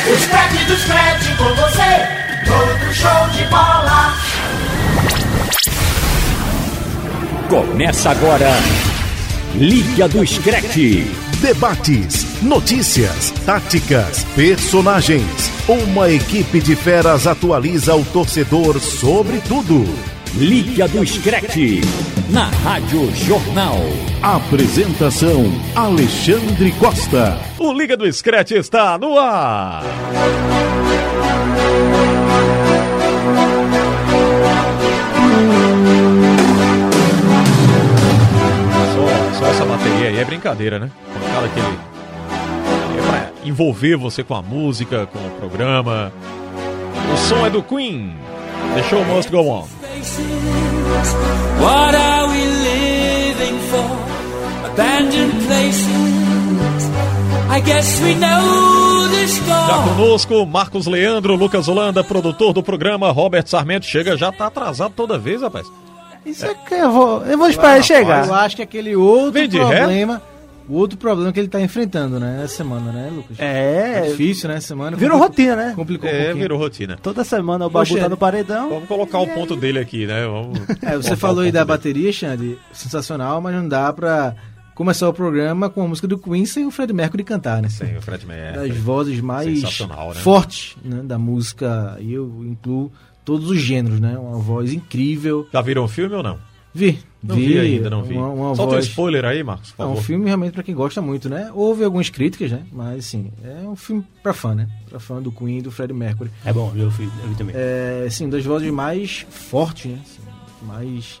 O Scratch do Scratch com você, todo show de bola. Começa agora, Liga do Scratch. Debates, notícias, táticas, personagens. Uma equipe de feras atualiza o torcedor sobre tudo. Liga do Scratch, na Rádio Jornal. Apresentação, Alexandre Costa. O Liga do Scratch está no ar. Só essa bateria aí é brincadeira, né? Aquela que é pra envolver você com a música, com o programa. O som é do Queen. The show must go on. What are we living for? Abandoned places. I guess we know the score. Já conosco, Marcos Leandro, Lucas Holanda, produtor do programa. Robert Sarmento chega, já tá atrasado toda vez, rapaz. Isso é que eu vou esperar ele chegar. Eu acho que aquele outro Vem de problema... O outro problema que ele tá enfrentando, né? Essa semana, né, Lucas? É difícil, né? Essa semana. Virou rotina, né? Complicou um pouquinho. Virou rotina. Toda semana o Babu tá no paredão. Vamos colocar o ponto dele aqui, né? Você falou aí da bateria, Xande, sensacional, mas não dá pra começar o programa com a música do Queen sem o Fred Mercury cantar, né? Sem o Fred Mercury. Das vozes mais né? fortes, né, da música, e eu incluo todos os gêneros, né? Uma voz incrível. Já viram o filme ou não? Vi ainda, não vi. Só tem um spoiler aí, Marcos, por favor. É um filme realmente pra quem gosta muito, né? Houve algumas críticas, né? Mas, assim, é um filme pra fã, né? Pra fã do Queen e do Fred Mercury. É bom, eu vi também. Assim, das vozes mais fortes, né? Assim, mais...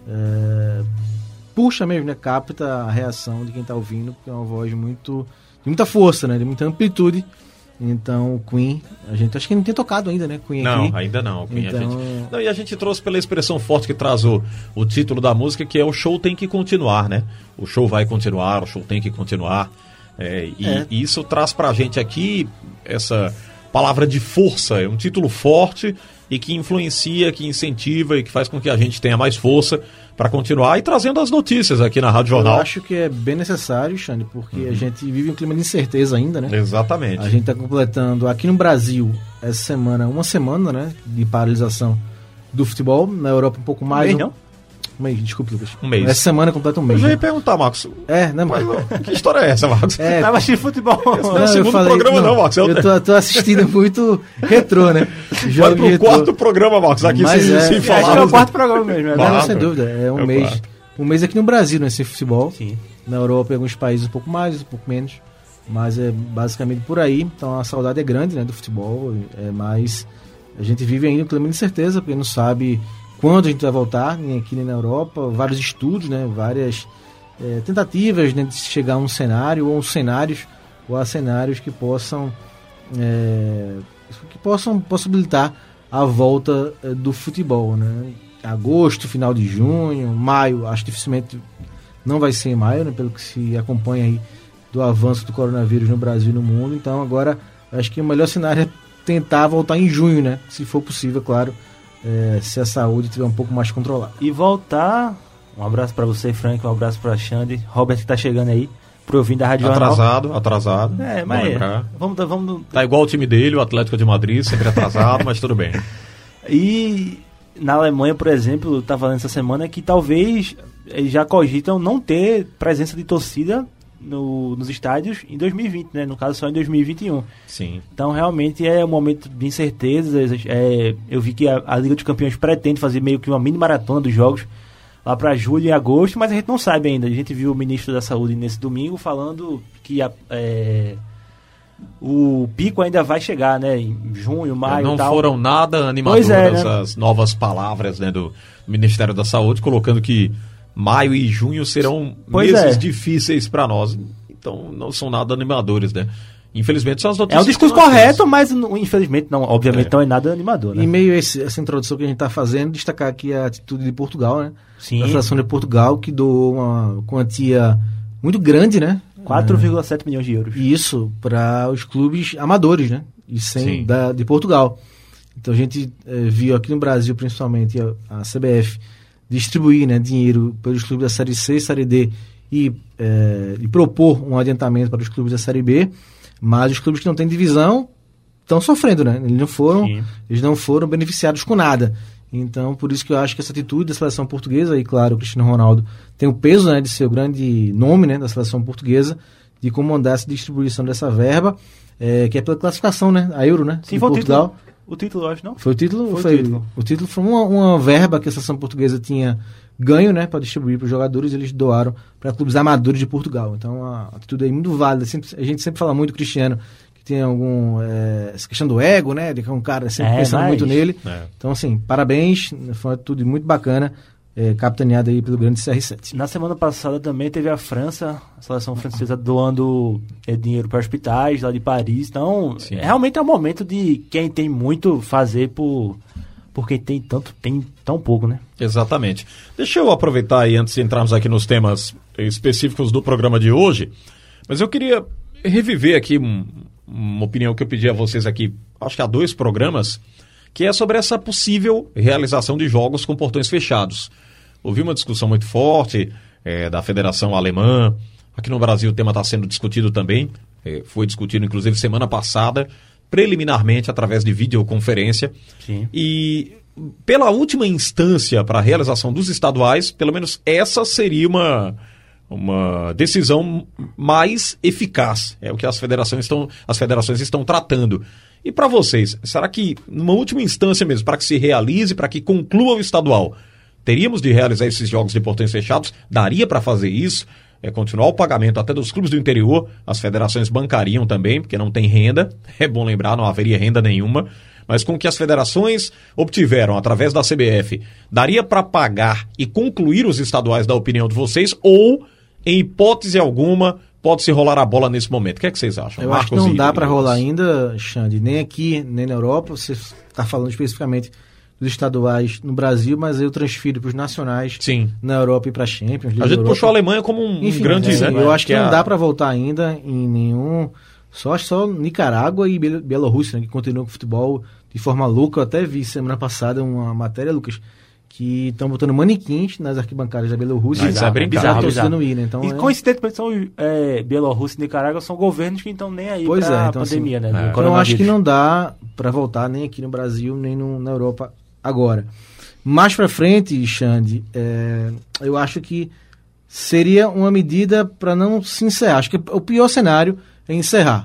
puxa mesmo, né? Capta a reação de quem tá ouvindo, porque é uma voz de muita força, né? De muita amplitude. Então, o Queen, a gente acho que não tem tocado ainda, né? Queen não, aqui. Ainda não. Queen, então... e a gente trouxe pela expressão forte que traz o título da música, que é o show tem que continuar, né? O show vai continuar, o show tem que continuar. E isso traz pra gente aqui essa palavra de força, é um título forte e que influencia, que incentiva e que faz com que a gente tenha mais força para continuar e trazendo as notícias aqui na Rádio Jornal. Eu acho que é bem necessário, Xande, porque a gente vive um clima de incerteza ainda, né? Exatamente. A gente está completando aqui no Brasil essa semana, uma semana, né, de paralisação do futebol, na Europa um pouco mais. Não? Um mês, desculpe, Lucas. Um mês. Essa semana completa um mês. Eu já ia né? perguntar, Marcos. Né, que história é essa, Marcos? Tava assistindo futebol. Não é o segundo programa, não, Marcos. Eu tô assistindo muito retrô, né? Vai pro quarto programa, Marcos. Aqui sem falar. Acho que é o quarto programa mesmo. Não, sem dúvida. É um mês. Quarto. Um mês aqui no Brasil, né? Sem futebol. Sim. Na Europa, em alguns países um pouco mais, um pouco menos. Mas é basicamente por aí. Então a saudade é grande, né? Do futebol. Mas a gente vive ainda um clima de incerteza, porque não sabe quando a gente vai voltar, nem aqui nem na Europa. Vários estudos, né? Várias tentativas, né, de chegar a um cenário ou a cenários que possam possibilitar a volta do futebol, né? Agosto, final de junho, maio, acho que dificilmente não vai ser em maio, né, pelo que se acompanha aí do avanço do coronavírus no Brasil e no mundo. Então agora acho que o melhor cenário é tentar voltar em junho, né? Se for possível, claro, se a saúde estiver um pouco mais controlada. E voltar, um abraço para você, Frank, um abraço para Xande, Robert que tá chegando aí, pro ouvinte da Rádio Jornal. Atrasado. Mas vamos... Tá igual o time dele, o Atlético de Madrid, sempre atrasado, mas tudo bem. E na Alemanha, por exemplo, eu tava falando essa semana que talvez eles já cogitam não ter presença de torcida nos estádios em 2020, né? No caso, só em 2021. Sim. Então, realmente, é um momento de incertezas. Eu vi que a Liga dos Campeões pretende fazer meio que uma mini maratona dos jogos lá para julho e agosto, mas a gente não sabe ainda. A gente viu o ministro da Saúde nesse domingo falando que o pico ainda vai chegar, né? Em junho, maio não e tal. Foram nada animadoras né? as novas palavras, né, do Ministério da Saúde, colocando que maio e junho serão meses difíceis para nós. Então, não são nada animadores, né? Infelizmente, são as notícias. É um discurso correto, mas infelizmente não, obviamente não é nada animador, né? Em meio a essa introdução que a gente está fazendo, destacar aqui a atitude de Portugal, né? Sim. A Federação de Portugal, que doou uma quantia muito grande, né? 4,7 milhões de euros. Isso, para os clubes amadores, né? E de Portugal. Então a gente viu aqui no Brasil, principalmente, a CBF distribuir, né, dinheiro pelos clubes da Série C e Série D e propor um adiantamento para os clubes da Série B, mas os clubes que não têm divisão estão sofrendo, né? Eles não foram beneficiados com nada. Então, por isso que eu acho que essa atitude da seleção portuguesa, e claro, o Cristiano Ronaldo tem o peso, né, de ser o grande nome, né, da seleção portuguesa, de comandar essa distribuição dessa verba, que é pela classificação, né, a Euro, né? Sim, foi Portugal. O título, eu acho, não? Foi o título? O título foi uma verba que a seleção portuguesa tinha ganho, né, para distribuir para os jogadores, e eles doaram para clubes amadores de Portugal. Então, a atitude aí muito válida. A gente sempre fala muito do Cristiano, que tem essa questão do ego, né, de que é um cara sempre pensando muito nele. Então, assim, parabéns, foi uma atitude muito bacana, capitaneada aí pelo grande CR7. Na semana passada também teve a França, a seleção francesa doando dinheiro para hospitais lá de Paris. Então, realmente é um momento de quem tem muito fazer por quem tem tão pouco, né? Exatamente. Deixa eu aproveitar aí, antes de entrarmos aqui nos temas específicos do programa de hoje, mas eu queria reviver aqui uma opinião que eu pedi a vocês aqui, acho que há 2 programas, que é sobre essa possível realização de jogos com portões fechados. Houve uma discussão muito forte da Federação Alemã. Aqui no Brasil o tema está sendo discutido também. Foi discutido, inclusive, semana passada, preliminarmente, através de videoconferência. Sim. E pela última instância para a realização dos estaduais, pelo menos essa seria uma decisão mais eficaz. É o que as federações estão tratando. E para vocês, será que, numa última instância mesmo, para que se realize, para que conclua o estadual, teríamos de realizar esses jogos de portões fechados? Daria para fazer isso? Continuar o pagamento até dos clubes do interior, as federações bancariam também, porque não tem renda, é bom lembrar, não haveria renda nenhuma, mas com o que as federações obtiveram através da CBF, daria para pagar e concluir os estaduais, da opinião de vocês, ou, em hipótese alguma, pode-se rolar a bola nesse momento? O que é que vocês acham? Eu acho que não dá para rolar ainda, Xande, nem aqui, nem na Europa. Você está falando especificamente dos estaduais no Brasil, mas eu transfiro para os nacionais. Sim. Na Europa e para a Champions. A gente puxou a Alemanha como um grande... Eu acho que não dá para voltar ainda em nenhum... Só Nicarágua e Bielorrússia, né, que continuam com o futebol de forma louca. Eu até vi semana passada uma matéria, Lucas, que estão botando manequins nas arquibancadas da Bielorrússia. Mas é bizarro. Né? Então, e coincidentemente são Bielorrússia e Nicarágua são governos que não estão nem aí para a pandemia, assim, né? Então eu acho que não dá para voltar nem aqui no Brasil, nem na Europa agora. Mais para frente, Xande, eu acho que seria uma medida para não se encerrar. Acho que o pior cenário é encerrar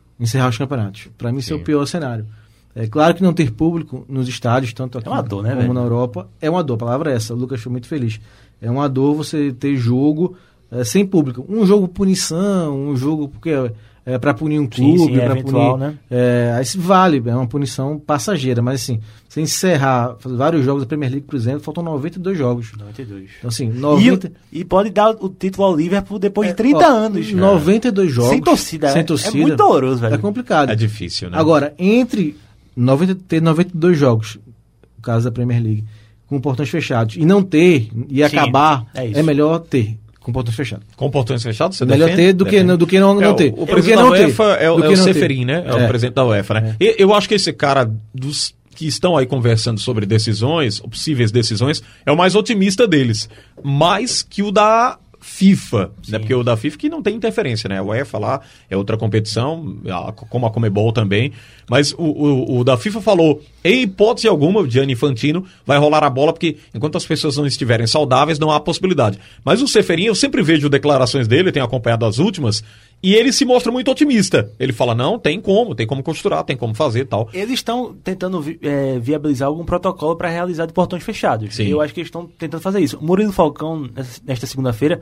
os campeonatos. Para mim, esse é o pior cenário. É claro que não ter público nos estádios, tanto aqui como na Europa, é uma dor. A palavra é essa. O Lucas foi muito feliz. É uma dor você ter jogo sem público. Um jogo punição, um jogo porque para punir um clube, para punir, né? Aí se vale, é uma punição passageira, mas assim, você encerrar, fazer vários jogos da Premier League, por exemplo, faltam 92 jogos. 92. Então assim, 90... E pode dar o título ao Liverpool depois de 30 anos. 92 jogos. Sem torcida. É muito doloroso, velho. É complicado. É difícil, né? Agora, entre ter 92 jogos, no caso da Premier League, com portões fechados, e não ter, e acabar, é melhor ter. Com portões fechados. Com portões fechados, você melhor defende? ter do que não ter. O presidente da UEFA é o Seferin, né? É o presidente da UEFA, né? Eu acho que esse cara dos que estão aí conversando sobre decisões, possíveis decisões, é o mais otimista deles. Mais que o da FIFA, né? Porque o da FIFA que não tem interferência, né? A UEFA lá é outra competição, como a Conmebol também, mas o da FIFA falou, em hipótese alguma, o Gianni Infantino vai rolar a bola, porque enquanto as pessoas não estiverem saudáveis, não há possibilidade. Mas o Seferin, eu sempre vejo declarações dele, eu tenho acompanhado as últimas, e ele se mostra muito otimista. Ele fala, não, tem como costurar, tem como fazer e tal. Eles estão tentando viabilizar algum protocolo para realizar de portões fechados. Sim. Eu acho que eles estão tentando fazer isso. O Murilo Falcão, nesta segunda-feira,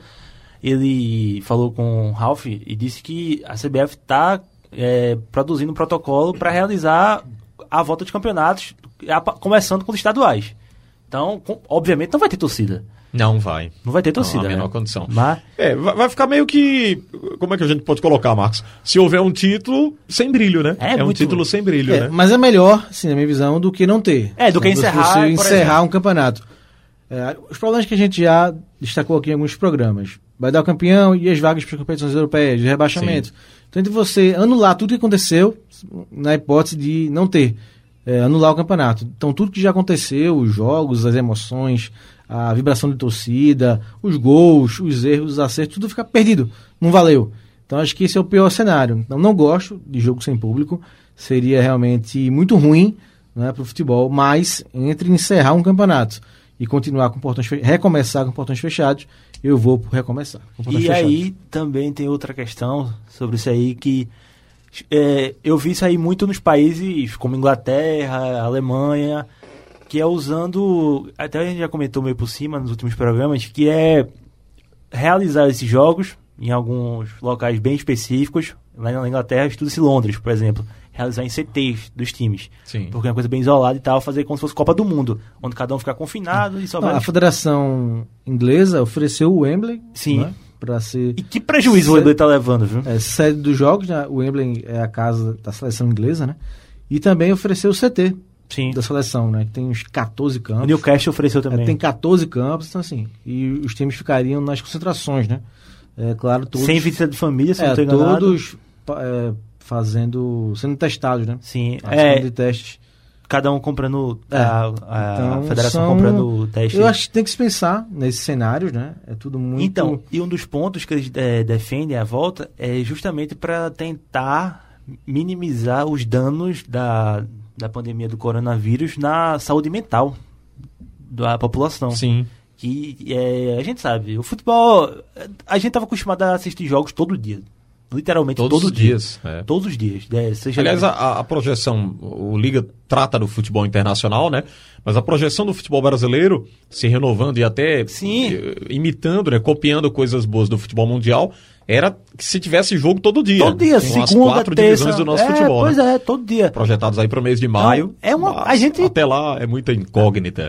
ele falou com o Ralf e disse que a CBF está produzindo um protocolo para realizar a volta de campeonatos, começando com os estaduais. Então, obviamente, não vai ter torcida. Não vai. Não vai ter torcida, não, a menor né? condição. Mas... vai ficar meio que... Como é que a gente pode colocar, Marcos? Se houver um título sem brilho, né? Um título sem brilho, né? Mas é melhor, sim, na minha visão, do que não ter. Do que encerrar, você encerrar um campeonato. Os problemas que a gente já destacou aqui em alguns programas. Vai dar o campeão e as vagas para as competições europeias, de rebaixamento. Sim. Então, entre você anular tudo que aconteceu, na hipótese de não ter, anular o campeonato. Então, tudo que já aconteceu, os jogos, as emoções, a vibração de torcida, os gols, os erros, os acertos, tudo fica perdido. Não valeu. Então acho que esse é o pior cenário. Então não gosto de jogo sem público, seria realmente muito ruim, né, para o futebol, mas entre encerrar um campeonato e continuar com portões recomeçar com portões fechados, eu vou por recomeçar. E aí também tem outra questão sobre isso aí que eu vi isso aí muito nos países como Inglaterra, Alemanha, que é usando, até a gente já comentou meio por cima nos últimos programas, que é realizar esses jogos em alguns locais bem específicos. Lá na Inglaterra estuda-se Londres, por exemplo, realizar em CTs dos times. Sim. Porque é uma coisa bem isolada e tal, fazer como se fosse Copa do Mundo, onde cada um fica confinado e só vai... A Federação Inglesa ofereceu o Wembley, sim, né, para ser... E que prejuízo o Wembley está levando, viu? Sede dos jogos, né? O Wembley é a casa da seleção inglesa, né? E também ofereceu o CT, sim, da seleção, né? Que tem uns 14 campos. O Newcastle ofereceu também. Tem 14 campos, então assim, e os times ficariam nas concentrações, né? Claro, todos... Sem visita de família, se não estou enganado. Todos sendo testados, né? Sim. De testes. Cada um comprando, a então, federação comprando o teste. Eu acho que tem que se pensar nesses cenários, né? É tudo muito... Então, e um dos pontos que eles defendem à volta é justamente para tentar minimizar os danos da pandemia do coronavírus na saúde mental da população. Sim. Que a gente sabe, o futebol, a gente estava acostumado a assistir jogos todo dia. Literalmente todos os dias. Todos os dias. Aliás, a projeção, o Liga trata do futebol internacional, né? Mas a projeção do futebol brasileiro, se renovando e até imitando, né? Copiando coisas boas do futebol mundial, era que se tivesse jogo todo dia. Todo dia, com as 4 divisões do nosso futebol. Pois né? Todo dia. Projetados aí para o mês de maio. Até lá é muita incógnita.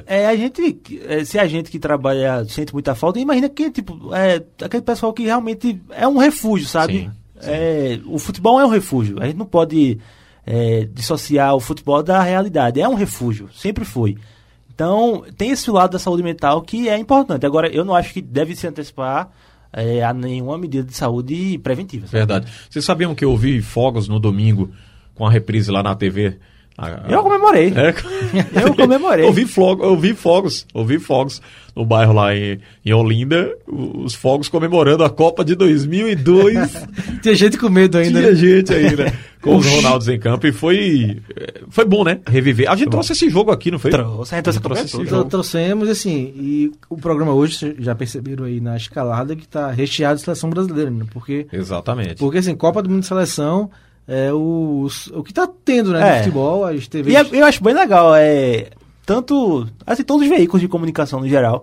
Se a gente que trabalha sente muita falta, imagina que aquele pessoal que realmente é um refúgio, sabe? Sim. O futebol é um refúgio. A gente não pode dissociar o futebol da realidade. É um refúgio, sempre foi. Então, tem esse lado da saúde mental que é importante. Agora, eu não acho que deve se antecipar a nenhuma medida de saúde preventiva. Sabe? Verdade. Vocês sabiam que eu vi fogos no domingo com a reprise lá na TV? Eu comemorei. Eu comemorei. Eu vi fogos no bairro lá em Olinda, os fogos comemorando a Copa de 2002. Tinha gente com medo ainda. Tinha gente ainda, com os Ronaldos em campo, e foi bom, né? Reviver. A gente trouxe esse jogo aqui, não foi? Trouxemos, assim, e o programa hoje, já perceberam aí na escalada, que está recheado de seleção brasileira, né? Exatamente. Porque, assim, Copa do Mundo de Seleção... o que tá tendo, né, no futebol, as TVs... E eu acho bem legal, tanto, assim, todos os veículos de comunicação no geral,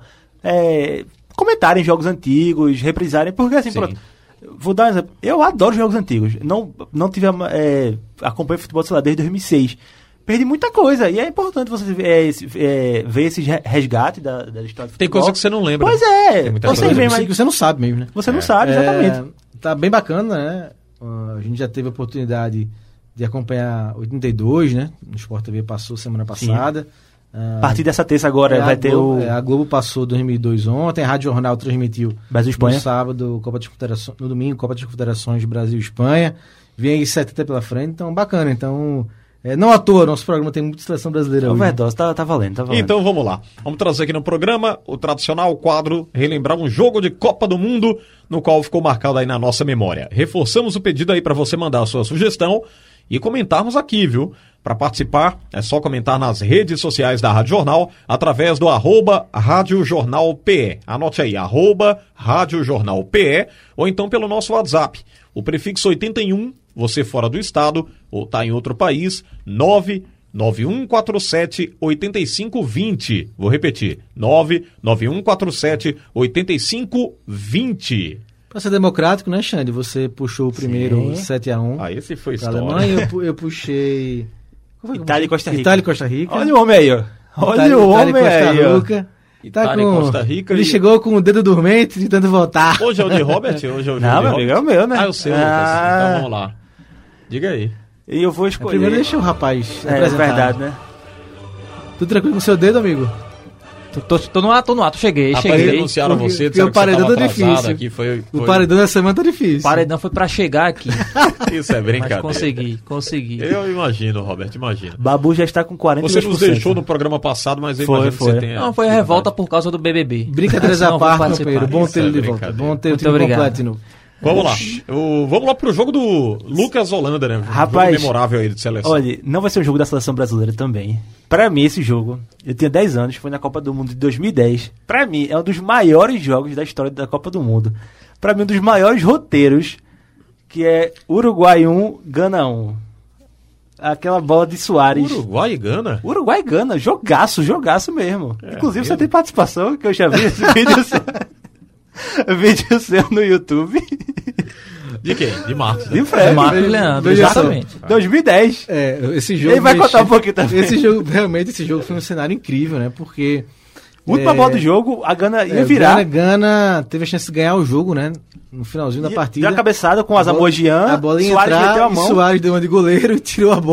comentarem jogos antigos, reprisarem, porque assim, pronto, vou dar um exemplo, eu adoro jogos antigos, não tive, acompanho futebol, sei lá, desde 2006, perdi muita coisa, e é importante você ver esses resgates da história do futebol. Tem coisa que você não lembra. Pois você vê, mas você não sabe mesmo, né? Você não sabe, exatamente. Tá bem bacana, né? A gente já teve a oportunidade de acompanhar 82, né? No Sport TV passou semana passada. A partir dessa terça agora vai ter a Globo passou 2002 ontem, a Rádio Jornal transmitiu Brasil-Espanha. No sábado, no domingo, Copa das Confederações Brasil-Espanha. Vem aí 70 pela frente, então bacana. Então, não à toa, nosso programa tem muita seleção brasileira hoje. Overdose, tá valendo. Então vamos lá. Vamos trazer aqui no programa o tradicional quadro relembrar um jogo de Copa do Mundo no qual ficou marcado aí na nossa memória. Reforçamos o pedido aí para você mandar a sua sugestão e comentarmos aqui, viu? Para participar, é só comentar nas redes sociais da Rádio Jornal através do @Rádio Jornal PE. Anote aí, Rádio Jornal PE, ou então pelo nosso WhatsApp. O prefixo 81, você fora do estado ou está em outro país, 99147-8520. Vou repetir, 99147-8520. Para ser democrático, né, Xande? Você puxou o primeiro 7-1. Esse foi história. Alemanha, eu puxei... Itália e Costa Rica. Itália e Costa Rica. Olha o homem aí, ó. Olha o homem aí, ó. Itália e Costa Rica. Ele chegou com o dedo dormente, tentando voltar. Hoje é o de Robert? Hoje é o Não, meu amigo, é o meu, né? É o seu, Lucas. Então vamos lá. Diga aí. E eu vou escolher. Primeiro deixa o rapaz apresentar. É verdade, né? Tudo tranquilo com o seu dedo, amigo? Tô no ar, cheguei. Anunciaram você, porque o paredão tá difícil. Aqui, foi... O paredão da semana tá difícil. O paredão foi pra chegar aqui. Isso é brincadeira. Mas consegui. Eu imagino, Roberto, imagino. Babu já está com 40%. Você nos deixou no programa passado, mas eu imagino que você tenha... Não, foi a revolta por causa do BBB. Brincadeiras à parte, companheiro. Bom ter ele de volta. Bom ter o time completo de novo. Vamos lá. Vamos lá pro jogo do Lucas Holanda, né? Rapaz, jogo memorável aí de seleção. Olha, não vai ser um jogo da seleção brasileira também. Pra mim, esse jogo, eu tinha 10 anos, foi na Copa do Mundo de 2010. Pra mim, é um dos maiores jogos da história da Copa do Mundo. Pra mim, um dos maiores roteiros, que é Uruguai 1, Gana 1. Aquela bola de Suárez. Uruguai e Gana? Uruguai e Gana, jogaço mesmo. Inclusive, mesmo? você tem participação, que eu já vi esse vídeo seu. Vídeo seu no YouTube. De quem? De Marcos. De Fred. Marcos e Leandro, Veja exatamente. 2010. Esse jogo. Ele vai contar um pouquinho também. Esse jogo foi um cenário incrível, né? Porque. Última bola do jogo, a Gana ia virar. Gana teve a chance de ganhar o jogo, né? No finalzinho da partida. Deu a cabeçada com o Asamoah Gyan. A bola ia Suárez entrar, meteu a mão. Suárez deu uma de goleiro, tirou uma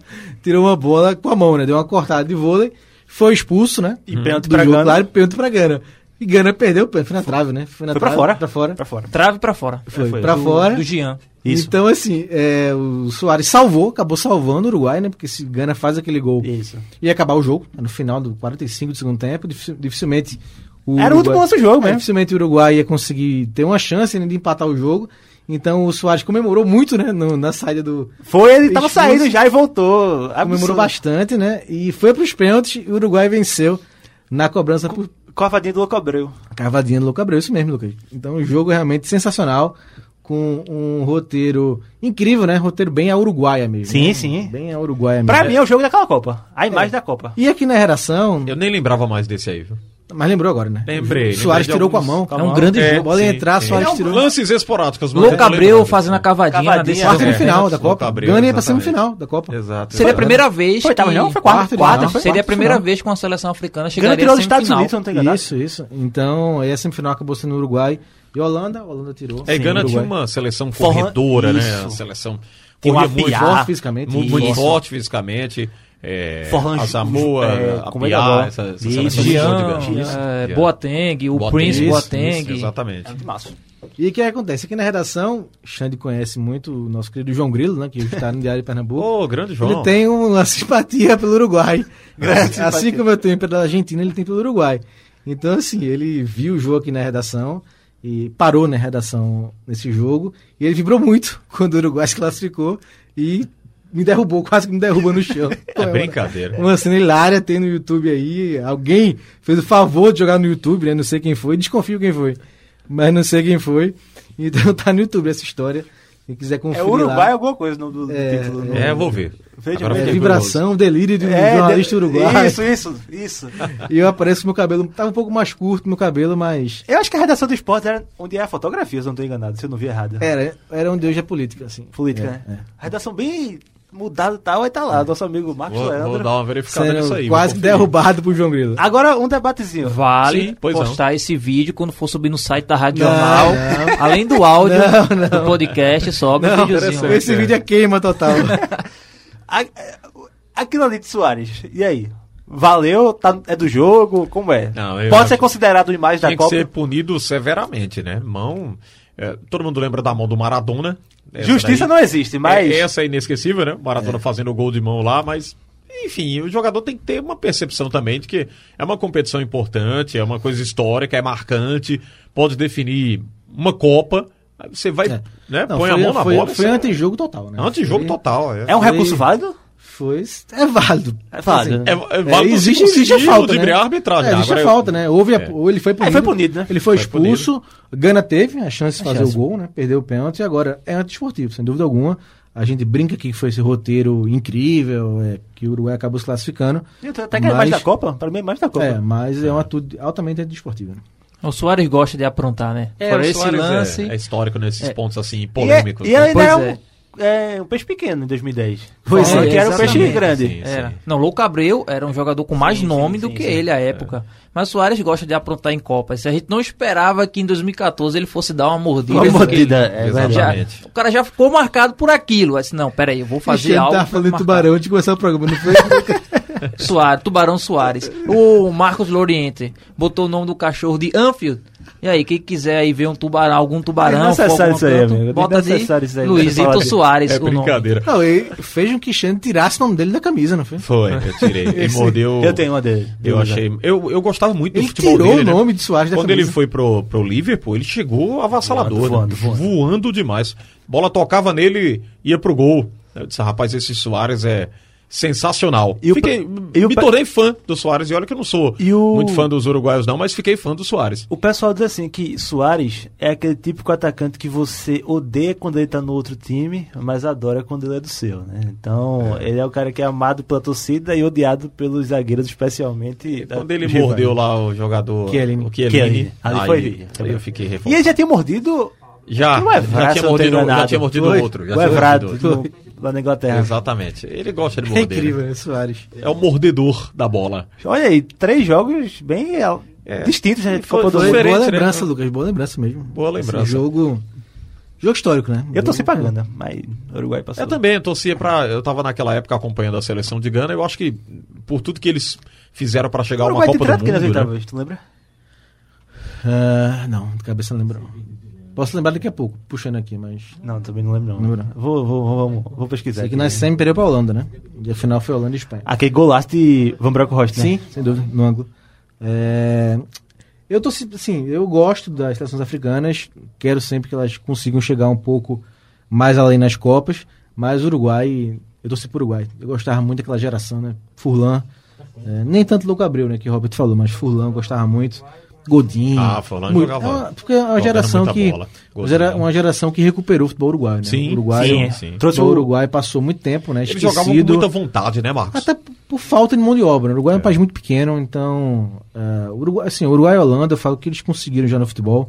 bola com a mão, né? Deu uma cortada de vôlei, foi expulso, né? E pênalti do pra jogo, Gana. claro, pênalti pra Gana. E Gana perdeu o pênalti, foi na trave, né? Foi Pra fora. Pra fora. Trave pra fora. Foi Foi. pra fora. Do Jean. Isso. Então, assim, o Suárez acabou salvando o Uruguai, né? Porque se Gana faz aquele gol, Isso. ia acabar o jogo, no final do 45 do segundo tempo, dificilmente Era o último lance do jogo mesmo. dificilmente o Uruguai ia conseguir ter uma chance, né, de empatar o jogo. Então o Suárez comemorou muito, né, na saída do... Ele tava expulso. saindo já e voltou. Comemorou bastante, né? E foi pros pênaltis e o Uruguai venceu na cobrança por Covadinha do Louco Abreu. cavadinha do Louco Abreu, isso mesmo, Lucas. Então o jogo é realmente sensacional, com um roteiro incrível, né? Roteiro bem a uruguaia mesmo. Sim, né? sim. Bem a uruguaia mesmo. Pra mim é o jogo daquela Copa. A imagem da Copa. E aqui na redação, Eu nem lembrava mais desse aí, viu? mas lembrou agora, né? Lembrei. Suárez lembrei de tirou com a alguns- mão. É um grande A jogo. bola ia sim, entrar, sim. Suárez É um tirou. lances esporádicos. mas eu Louco não Abreu lembrava fazendo a desse. cavadinha na Cavadinha, decisão. Quarta de final da Louco Copa. Abreu, Gana ia pra exatamente. semifinal da Copa. Exato. Seria a primeira vez. Foi, tava que- não? Foi quarta. Quarta, Foi Seria a quarta primeira final. vez que uma seleção africana Gana chegaria tirou à dos Estados semifinal. Unidos, se não tô enganado. Isso. Então, aí a semifinal acabou sendo no Uruguai e Holanda tirou. É, Sim, Gana Uruguai. tinha uma seleção Forra- corredora, né? isso. A seleção Tinha corria uma muito Piá, forte fisicamente. muito Isso. forte fisicamente. Forlan- A Samoa, a como é que é Piá, agora? essa Isso, seleção Jean, muito grande. Boateng, o Prince Isso, Boateng. Exatamente. Massa. E o que acontece? Aqui na redação, Xande conhece muito o nosso querido João Grilo, né? Que hoje está no Diário de Pernambuco. Ô, grande João. Ele tem uma simpatia pelo Uruguai. Grande Assim simpatia. como eu tenho pela Argentina, ele tem pelo Uruguai. Então, assim, ele viu o jogo aqui na redação e parou na redação nesse jogo. E ele vibrou muito quando o Uruguai se classificou e me derrubou, quase que me derruba no chão. É brincadeira. Uma cena hilária tem no YouTube aí. Alguém fez o favor de jogar no YouTube, né? Não sei quem foi, desconfio quem foi. Mas não sei quem foi. Então tá no YouTube essa história. Quem quiser É conferir Uruguai lá. alguma coisa no do título. É, eu vou ver. Veja, Agora veja. fiquei Vibração, delírio de um jornalista uruguaio. Isso. E eu apareço com meu cabelo. Tava um pouco mais curto meu cabelo, mas. Eu acho que a redação do esporte era onde é a fotografia, se eu não estou enganado, se eu não vi errado. Era onde hoje é política, assim. Política, né? A redação bem mudada e tal, vai estar lá. Nosso amigo Marcos Vou Leandro. dar uma verificada Sendo nisso aí. quase vou que conferir. derrubado por João Grilo. Agora um debatezinho. Vale Sim, pois não. postar esse vídeo quando for subir no site da Rádio Jornal. não. Além do áudio Não. do podcast, sobe um videozinho. Esse vídeo é queima total. Aquilo ali de Suárez, e aí? Valeu? É do jogo? Como é? Não, eu Pode acho ser considerado imagem da Tinha que Copa? ser punido severamente, né? Mão. Todo mundo lembra da mão do Maradona. Essa Justiça daí- não existe, mas... Essa é inesquecível, né? O Maradona fazendo o gol de mão lá, mas. Enfim, o jogador tem que ter uma percepção também de que é uma competição importante, é uma coisa histórica, é marcante, pode definir uma Copa. Aí você vai, né? Não, põe a mão na bola. Foi você- antijogo total, né? Antijogo total. É um Foi- recurso válido? É válido. É válido. É válido se existe a conseguir falta, ludibriar né? a arbitragem. Existe Agora a eu- falta, né? Ou ele foi punido. foi punido, né? Ele foi Foi punido. expulso. Gana teve a chance de fazer chance. o gol, né? Perdeu o pênalti. Agora, é antiesportivo, sem dúvida alguma. A gente brinca aqui que foi esse roteiro incrível, que o Uruguai acabou se classificando. Até que é imagem da Copa? Para mim é imagem da Copa. Mas é uma atitude altamente antiesportiva. Né? O Soares gosta de aprontar, né? É, Fora o esse Soares lance. é histórico nesses pontos assim, E polêmicos. ele né? ainda Pois era um peixe pequeno em 2010. Pois Falando é, que era um peixe exatamente. grande. Sim, Era. sim. Não, Louco Abreu era um jogador com mais Sim, nome sim, do sim, que sim. ele à época. Mas o Soares gosta de aprontar em Copas. A gente não esperava que em 2014 ele fosse dar uma mordida. Uma porque mordida, é Exatamente. já- o cara já ficou marcado por aquilo. Aí disse, não, peraí, eu vou fazer Cristiano algo. tava pra falando de marcar. tubarão antes de começar o programa, não foi? Soares, Tubarão Soares. O Marcos Loriente botou o nome do cachorro de Anfield. E aí, quem quiser aí ver algum tubarão, é necessário isso aí, amigo. bota de Luizito Soares. É brincadeira. Não, ele fez um que Xande tirasse o nome dele da camisa, não foi? Foi, eu tirei. Ele mordeu. Eu tenho uma dele. Eu achei. Eu gostava muito do Ele futebol tirou dele. o nome de Soares da Quando camisa. ele foi pro Liverpool, ele chegou avassalador, Voando. voando demais. Bola tocava nele, ia pro gol. Eu disse, rapaz, esse Soares é sensacional. Me tornei fã do Soares, e olha que eu não sou muito fã dos uruguaios não, mas fiquei fã do Soares. O pessoal diz assim que Soares é aquele típico atacante que você odeia quando ele tá no outro time, mas adora quando ele é do seu, né? Então, ele é o cara que é amado pela torcida e odiado pelos zagueiros, especialmente. Quando ele mordeu lá o jogador Chiellini. o Chiellini, Ali aí eu fiquei E revoltado. ele já tinha mordido Já tinha mordido outro. O Evrato, lá na Inglaterra. Exatamente. Ele gosta de É morder. incrível, né, Soares? É o mordedor da bola. Olha aí, 3 jogos bem distintos, né? Foi Copa do Mundo. diferente, Boa né? lembrança, Lucas, boa lembrança mesmo. Boa lembrança. Esse jogo histórico, né? Eu torci pra Gana, mas o Uruguai passou. Eu também torcia pra. Eu tava naquela época acompanhando a seleção de Gana. Eu acho que por tudo que eles fizeram pra chegar a uma Copa do Mundo. Nas Né? oitavas, tu lembra? Não, de cabeça não lembro. Posso lembrar daqui a pouco, puxando aqui, mas. Não, também não lembro. Não lembro. Vou pesquisar. Sei que aqui. nós sempre perdeu pra Holanda, né? E a final foi Holanda e Espanha. Aquele golaço de Van Bronckhorst, né? Sim, sem dúvida, no ângulo. Eu torci, assim, eu gosto das seleções africanas, quero sempre que elas consigam chegar um pouco mais além nas Copas, mas o Uruguai, eu torci pro Uruguai. Eu gostava muito daquela geração, né? Furlan, nem tanto Louco Abreu, né, que o Robert falou, mas Furlan eu gostava muito. Godinho. Furlan jogava. Porque é uma geração que bola. uma geração que recuperou o futebol uruguaio, né? Sim, o Uruguai, sim. O Uruguai passou muito tempo, né? Eles jogavam com muita vontade, né, Marcos? Até por falta de mão de obra. O Uruguai é um país muito pequeno, então o Uruguai e a Holanda, eu falo que eles conseguiram já no futebol,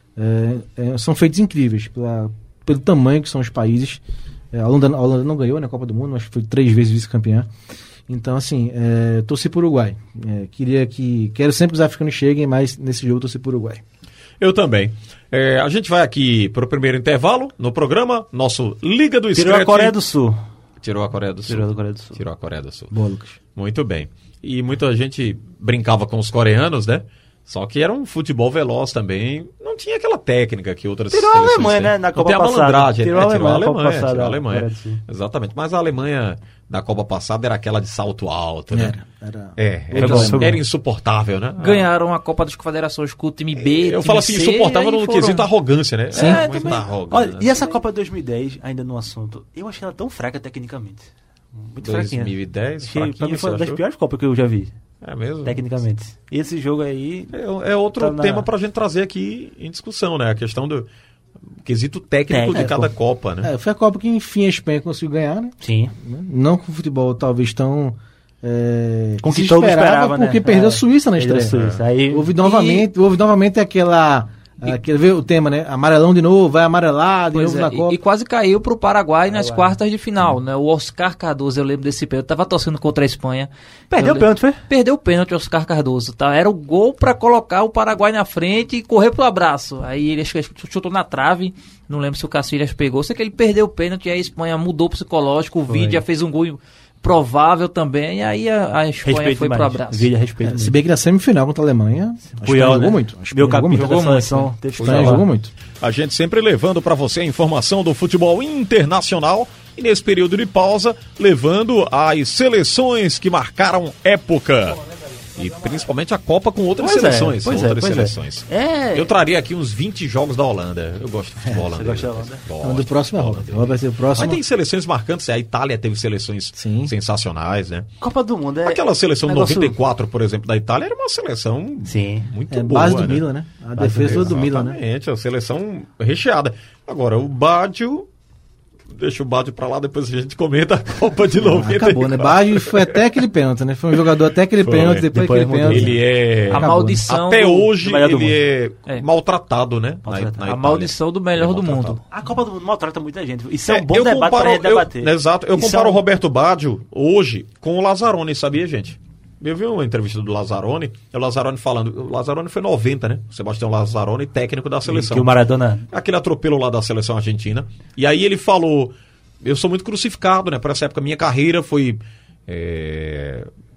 são feitos incríveis pelo tamanho que são os países. A Holanda não ganhou na Copa do Mundo, mas foi 3 vezes vice-campeã. Então, assim, torci por Uruguai. Quero sempre que os africanos cheguem, mas nesse jogo torci por Uruguai. Eu também. A gente vai aqui para o primeiro intervalo no programa, nosso Liga do Scratch. Tirou a Coreia do Sul. Tirou a Coreia do Sul. Tirou a Coreia do Sul. Boa, Lucas. Muito bem. E muita gente brincava com os coreanos, né? Só que era um futebol veloz também. Não tinha aquela técnica que outras seleções a Alemanha, né? Na Copa passada. Malandragem, Tirou a Alemanha. Exatamente. Mas a Alemanha da Copa passada era aquela de salto alto, né? Era insuportável, né? Ganharam a Copa das Confederações com o time B. Eu falo assim, insuportável no quesito arrogância, né? Sim, muito arrogante. Olha, e essa Copa de 2010, ainda no assunto, eu achei ela tão fraca tecnicamente. Muito fraquinha. 2010, pra mim foi uma das piores Copas que eu já vi. É mesmo? Tecnicamente. E esse jogo aí... É outro tema pra gente trazer aqui em discussão, né? A questão do quesito técnico de cada Copa, né? Foi a Copa que, enfim, a Espanha conseguiu ganhar, né? Sim. Não com o futebol talvez tão... com que todo esperava, porque perdeu a Suíça na estreia. Aí... Houve novamente aquela... Quer ver o tema, né? Amarelão de novo, vai amarelar de novo na Copa. E quase caiu pro Paraguai nas quartas de final, né? O Oscar Cardoso, eu lembro desse pênalti, tava torcendo contra a Espanha. Perdeu o pênalti, foi? Perdeu o pênalti, Oscar Cardoso, tá? Era o gol pra colocar o Paraguai na frente e correr pro abraço. Aí ele chutou na trave, não lembro se o Cacilhas pegou, sei que ele perdeu o pênalti e a Espanha mudou o psicológico, o Vidia fez um gol provável também, e aí a Espanha foi pro abraço. Se bem que na semifinal contra a Alemanha, a Espanha jogou muito. Meu capitão jogou muito. A Espanha jogou muito. A gente sempre levando para você a informação do futebol internacional e nesse período de pausa, levando as seleções que marcaram época. E principalmente a Copa com outras seleções. Eu traria aqui uns 20 jogos da Holanda. Eu gosto de futebol holandês. Você gosta da Holanda? Do próximo é a Holanda. Vai ser o próximo. Mas tem seleções marcantes. A Itália teve seleções sensacionais, né? Copa do Mundo Aquela seleção 94, por exemplo, da Itália era uma seleção muito boa. Base do Milan, né? A defesa do Milan, né? Exatamente, a seleção recheada. Agora, o Baggio... Deixa o Baggio pra lá, depois a gente comenta a Copa de 94. Acabou, né? Baggio foi até aquele pênalti, né? Foi um jogador até aquele pênalti, depois aquele pênalti. Ele é... A maldição até hoje ele é maltratado, né? A maldição do melhor do mundo. A Copa do Mundo maltrata muita gente. Isso é um bom debate pra gente debater. Exato. Eu comparo o Roberto Baggio hoje com o Lazzaroni, sabia, gente? Eu vi uma entrevista do Lazzaroni, o Lazzaroni falando, o Lazzaroni foi 90, né? O Sebastião Lazzaroni, técnico da seleção. Que o Maradona... Aquele atropelo lá da seleção argentina. E aí ele falou, eu sou muito crucificado, né? Por essa época, minha carreira foi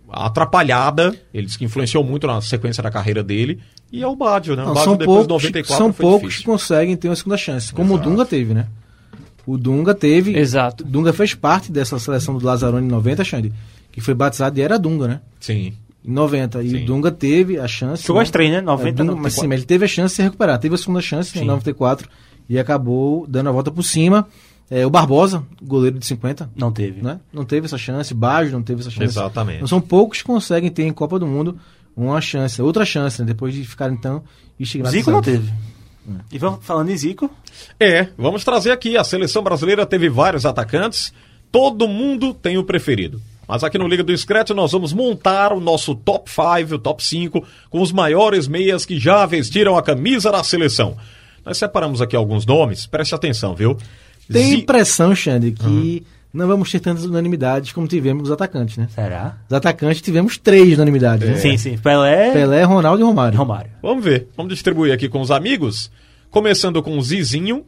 atrapalhada, ele disse que influenciou muito na sequência da carreira dele, e é o Baggio, né? O Baggio são depois de poucos, 94 são foi poucos difícil. que conseguem ter uma segunda chance, como Exato. o Dunga teve, né? O Dunga teve... Exato. O Dunga fez parte dessa seleção do Lazzaroni em 90, Xande, que foi batizado e era Dunga, né? Sim. Em 90. E Sim. o Dunga teve a chance... Jogou as três, né? 90, Dunga, mas, sim, mas ele teve a chance de se recuperar. Teve a segunda chance Sim. em 94 e acabou dando a volta por cima. O Barbosa, goleiro de 50, Não teve. né? Não teve essa chance. Baggio não teve essa chance. Exatamente. Não são poucos que conseguem ter em Copa do Mundo uma chance, outra chance, né? Depois de ficar então estigmatizados. Zico não teve. E vamos falando em Zico, Vamos trazer aqui, a seleção brasileira teve vários atacantes, todo mundo tem o preferido. Mas aqui no Liga do Scratch nós vamos montar o nosso top 5, o top 5, com os maiores meias que já vestiram a camisa da seleção. Nós separamos aqui alguns nomes, preste atenção, viu? Tem impressão, Xande, que não vamos ter tantas unanimidades como tivemos os atacantes, né? será? Os atacantes tivemos 3 unanimidades, né? Sim. Pelé, Pelé, Ronaldo e Romário. Romário. Vamos ver, vamos distribuir aqui com os amigos, começando com Zizinho,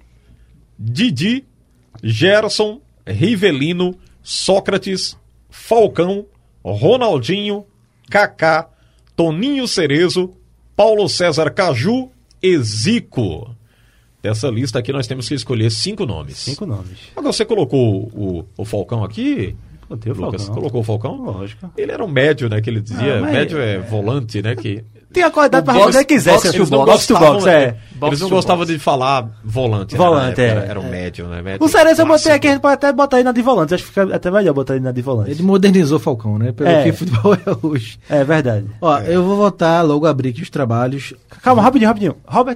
Didi, Gerson, Rivelino, Sócrates, Falcão, Ronaldinho, Kaká, Toninho Cerezo, Paulo César Caju e Zico. Dessa lista aqui nós temos que escolher 5 nomes. 5 nomes. Mas você colocou o Falcão aqui, Botei o Lucas? Falcão. Colocou o Falcão? Lógico. Ele era um médio, né, que ele dizia. mas- Médio é volante, né, que... Tem a qualidade pra box- fazer o que quiser, box seu to Eles não box to gostavam, box, né? é. Box Eles não to gostavam box. de falar volante. Volante, né? é. Era um médio, né? Médio O Cerezo eu botei clássico. aqui, a gente pode até botar ele na de volante. Acho que fica até melhor botar ele na de volante. Ele modernizou o Falcão, né? Pelo É. que futebol é hoje. É verdade. Ó, eu vou votar logo abrir aqui os trabalhos. Calma, rapidinho. Robert,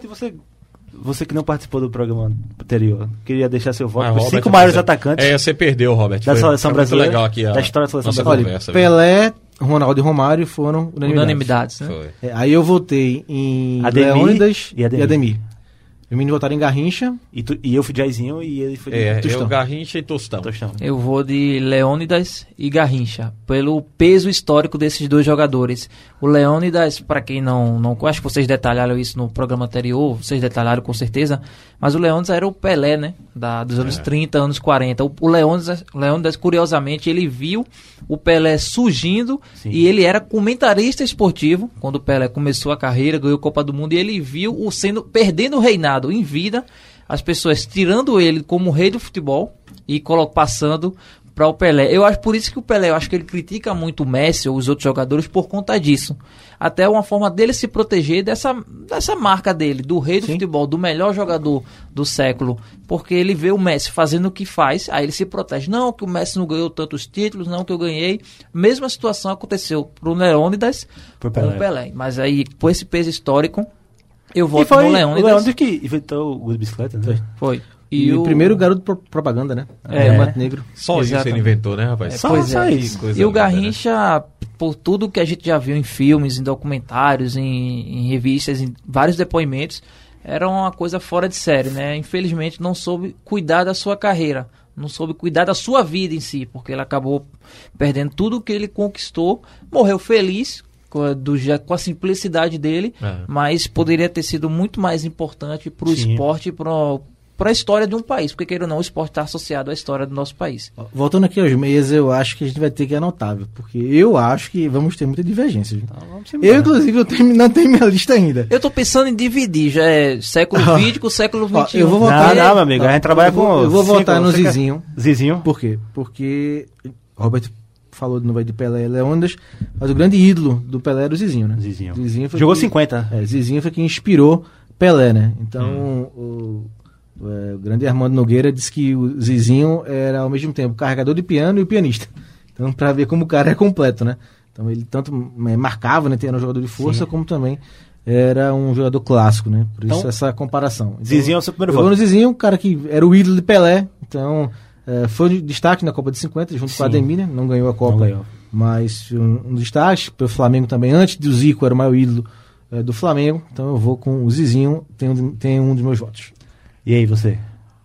você que não participou do programa anterior, queria deixar seu voto Mas, para os Robert, 5 maiores você- atacantes Você perdeu, Robert. da seleção foi brasileira. Muito legal aqui da história da seleção nossa brasileira. Olha, conversa, viu? Pelé, Ronaldo e Romário foram Unanimidades, unanimidades. né? Foi. Aí eu votei em Ademir Leônidas e e Ademir. Ademir. Os meninos votaram em Garrincha. E eu fui Jairzinho e ele foi de Tostão. Eu, Garrincha e Tostão. Tostão. Eu vou de Leônidas e Garrincha, pelo peso histórico desses dois jogadores. O Leônidas, para quem não acho que vocês detalharam isso no programa anterior, vocês detalharam com certeza, mas o Leônidas era o Pelé, né? Dos anos 30, anos 40. O Leônidas, curiosamente, ele viu o Pelé surgindo. Sim. E ele era comentarista esportivo quando o Pelé começou a carreira, ganhou a Copa do Mundo, e ele viu perdendo o reinado em vida, as pessoas tirando ele como rei do futebol e passando para o Pelé. Eu acho por isso que o Pelé, eu acho que ele critica muito o Messi ou os outros jogadores por conta disso. Até uma forma dele se proteger dessa marca dele, do rei do futebol, do melhor jogador do século, porque ele vê o Messi fazendo o que faz, aí ele se protege. Não, que o Messi não ganhou tantos títulos, não que eu ganhei. Mesma situação aconteceu pro Leônidas Pro com Pelé. o Pelé. Mas aí, por esse peso histórico, eu E voto foi no o Leônidas. Leônidas que inventou o gol de bicicleta, né? Foi. E o primeiro garoto propaganda, né? É. Diamante Negro. Só isso ele Exatamente. inventou, né, rapaz? Pois só é. isso. Coisa E o linda, né? Garrincha, por tudo que a gente já viu em filmes, em documentários, em revistas, em vários depoimentos, era uma coisa fora de série, né? Infelizmente não soube cuidar da sua carreira, não soube cuidar da sua vida em si, porque ele acabou perdendo tudo que ele conquistou, morreu feliz com a simplicidade dele, mas poderia ter sido muito mais importante para o Sim. esporte, para a história de um país, porque queira ou não, o esporte está associado à história do nosso país. Ó, voltando aqui aos meias, eu acho que a gente vai ter que anotar, viu? Porque eu acho que vamos ter muita divergência. Viu? Então, vamos embora. Eu, inclusive, não tenho minha lista ainda. Eu tô pensando em dividir, já é século XX com século Ó, XXI. eu vou Não, votar. não, meu amigo, a gente trabalha com... Eu vou votar no você quer- Zizinho. Zizinho? Por quê? Porque Robert falou de novo de Pelé e Leônidas, mas o grande ídolo do Pelé era o Zizinho, né? Zizinho. foi Jogou que- 50. Zizinho foi quem inspirou Pelé, né? Então, o grande Armando Nogueira disse que o Zizinho era ao mesmo tempo carregador de piano e pianista. Então, pra ver como o cara é completo, né? Então, ele tanto marcava, né? Era um jogador de força, como também era um jogador clássico, né? Por isso Então, essa comparação. Então, Zizinho é o seu primeiro eu vou voto. no Zizinho, o cara que era o ídolo de Pelé. Então, foi destaque na Copa de 50, junto com a Sim. Ademir, né? Não ganhou a Copa, Não ganhou. mas um destaque. Pelo Flamengo também, antes do Zico, era o maior ídolo do Flamengo. Então, eu vou com o Zizinho, tem um dos meus votos. E aí, você?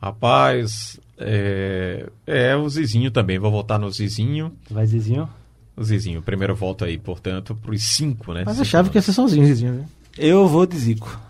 Rapaz, o Zizinho também. Vou votar no Zizinho. Vai Zizinho? O Zizinho, primeiro voto aí, portanto, pros 5, né? Mas Cinco achava que ia nomes. ser sozinho, Zizinho, viu? Eu vou de Zico.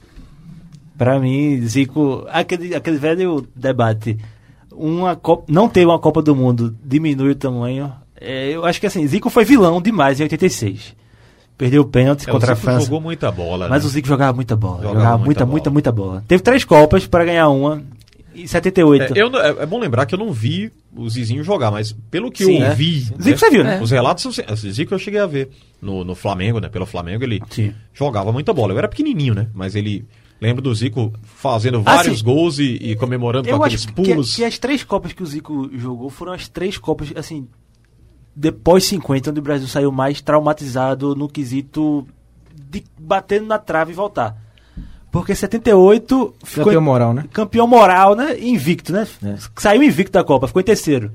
Pra mim, Zico... Aquele velho debate. Não ter uma Copa do Mundo diminui o tamanho. eu acho que assim, Zico foi vilão demais em 86. Perdeu o pênalti contra a França. Jogou muita bola, mas né? o Zico jogava muita bola. Jogava muita bola. Teve 3 Copas para ganhar uma em 78. É bom lembrar que eu não vi o Zizinho jogar, mas pelo que Sim, eu vi... Zico você viu, né? Os relatos... Zico eu cheguei a ver no Flamengo, né? Pelo Flamengo ele jogava muita bola. Eu era pequenininho, né? Mas ele... Lembro do Zico fazendo vários gols e comemorando com aqueles pulos. Que as 3 Copas que o Zico jogou foram as 3 Copas, assim, depois 50, onde o Brasil saiu mais traumatizado no quesito de batendo na trave e voltar. Porque 78 ficou campeão moral, né? Campeão moral, né? Invicto, né? Saiu invicto da Copa, ficou em terceiro.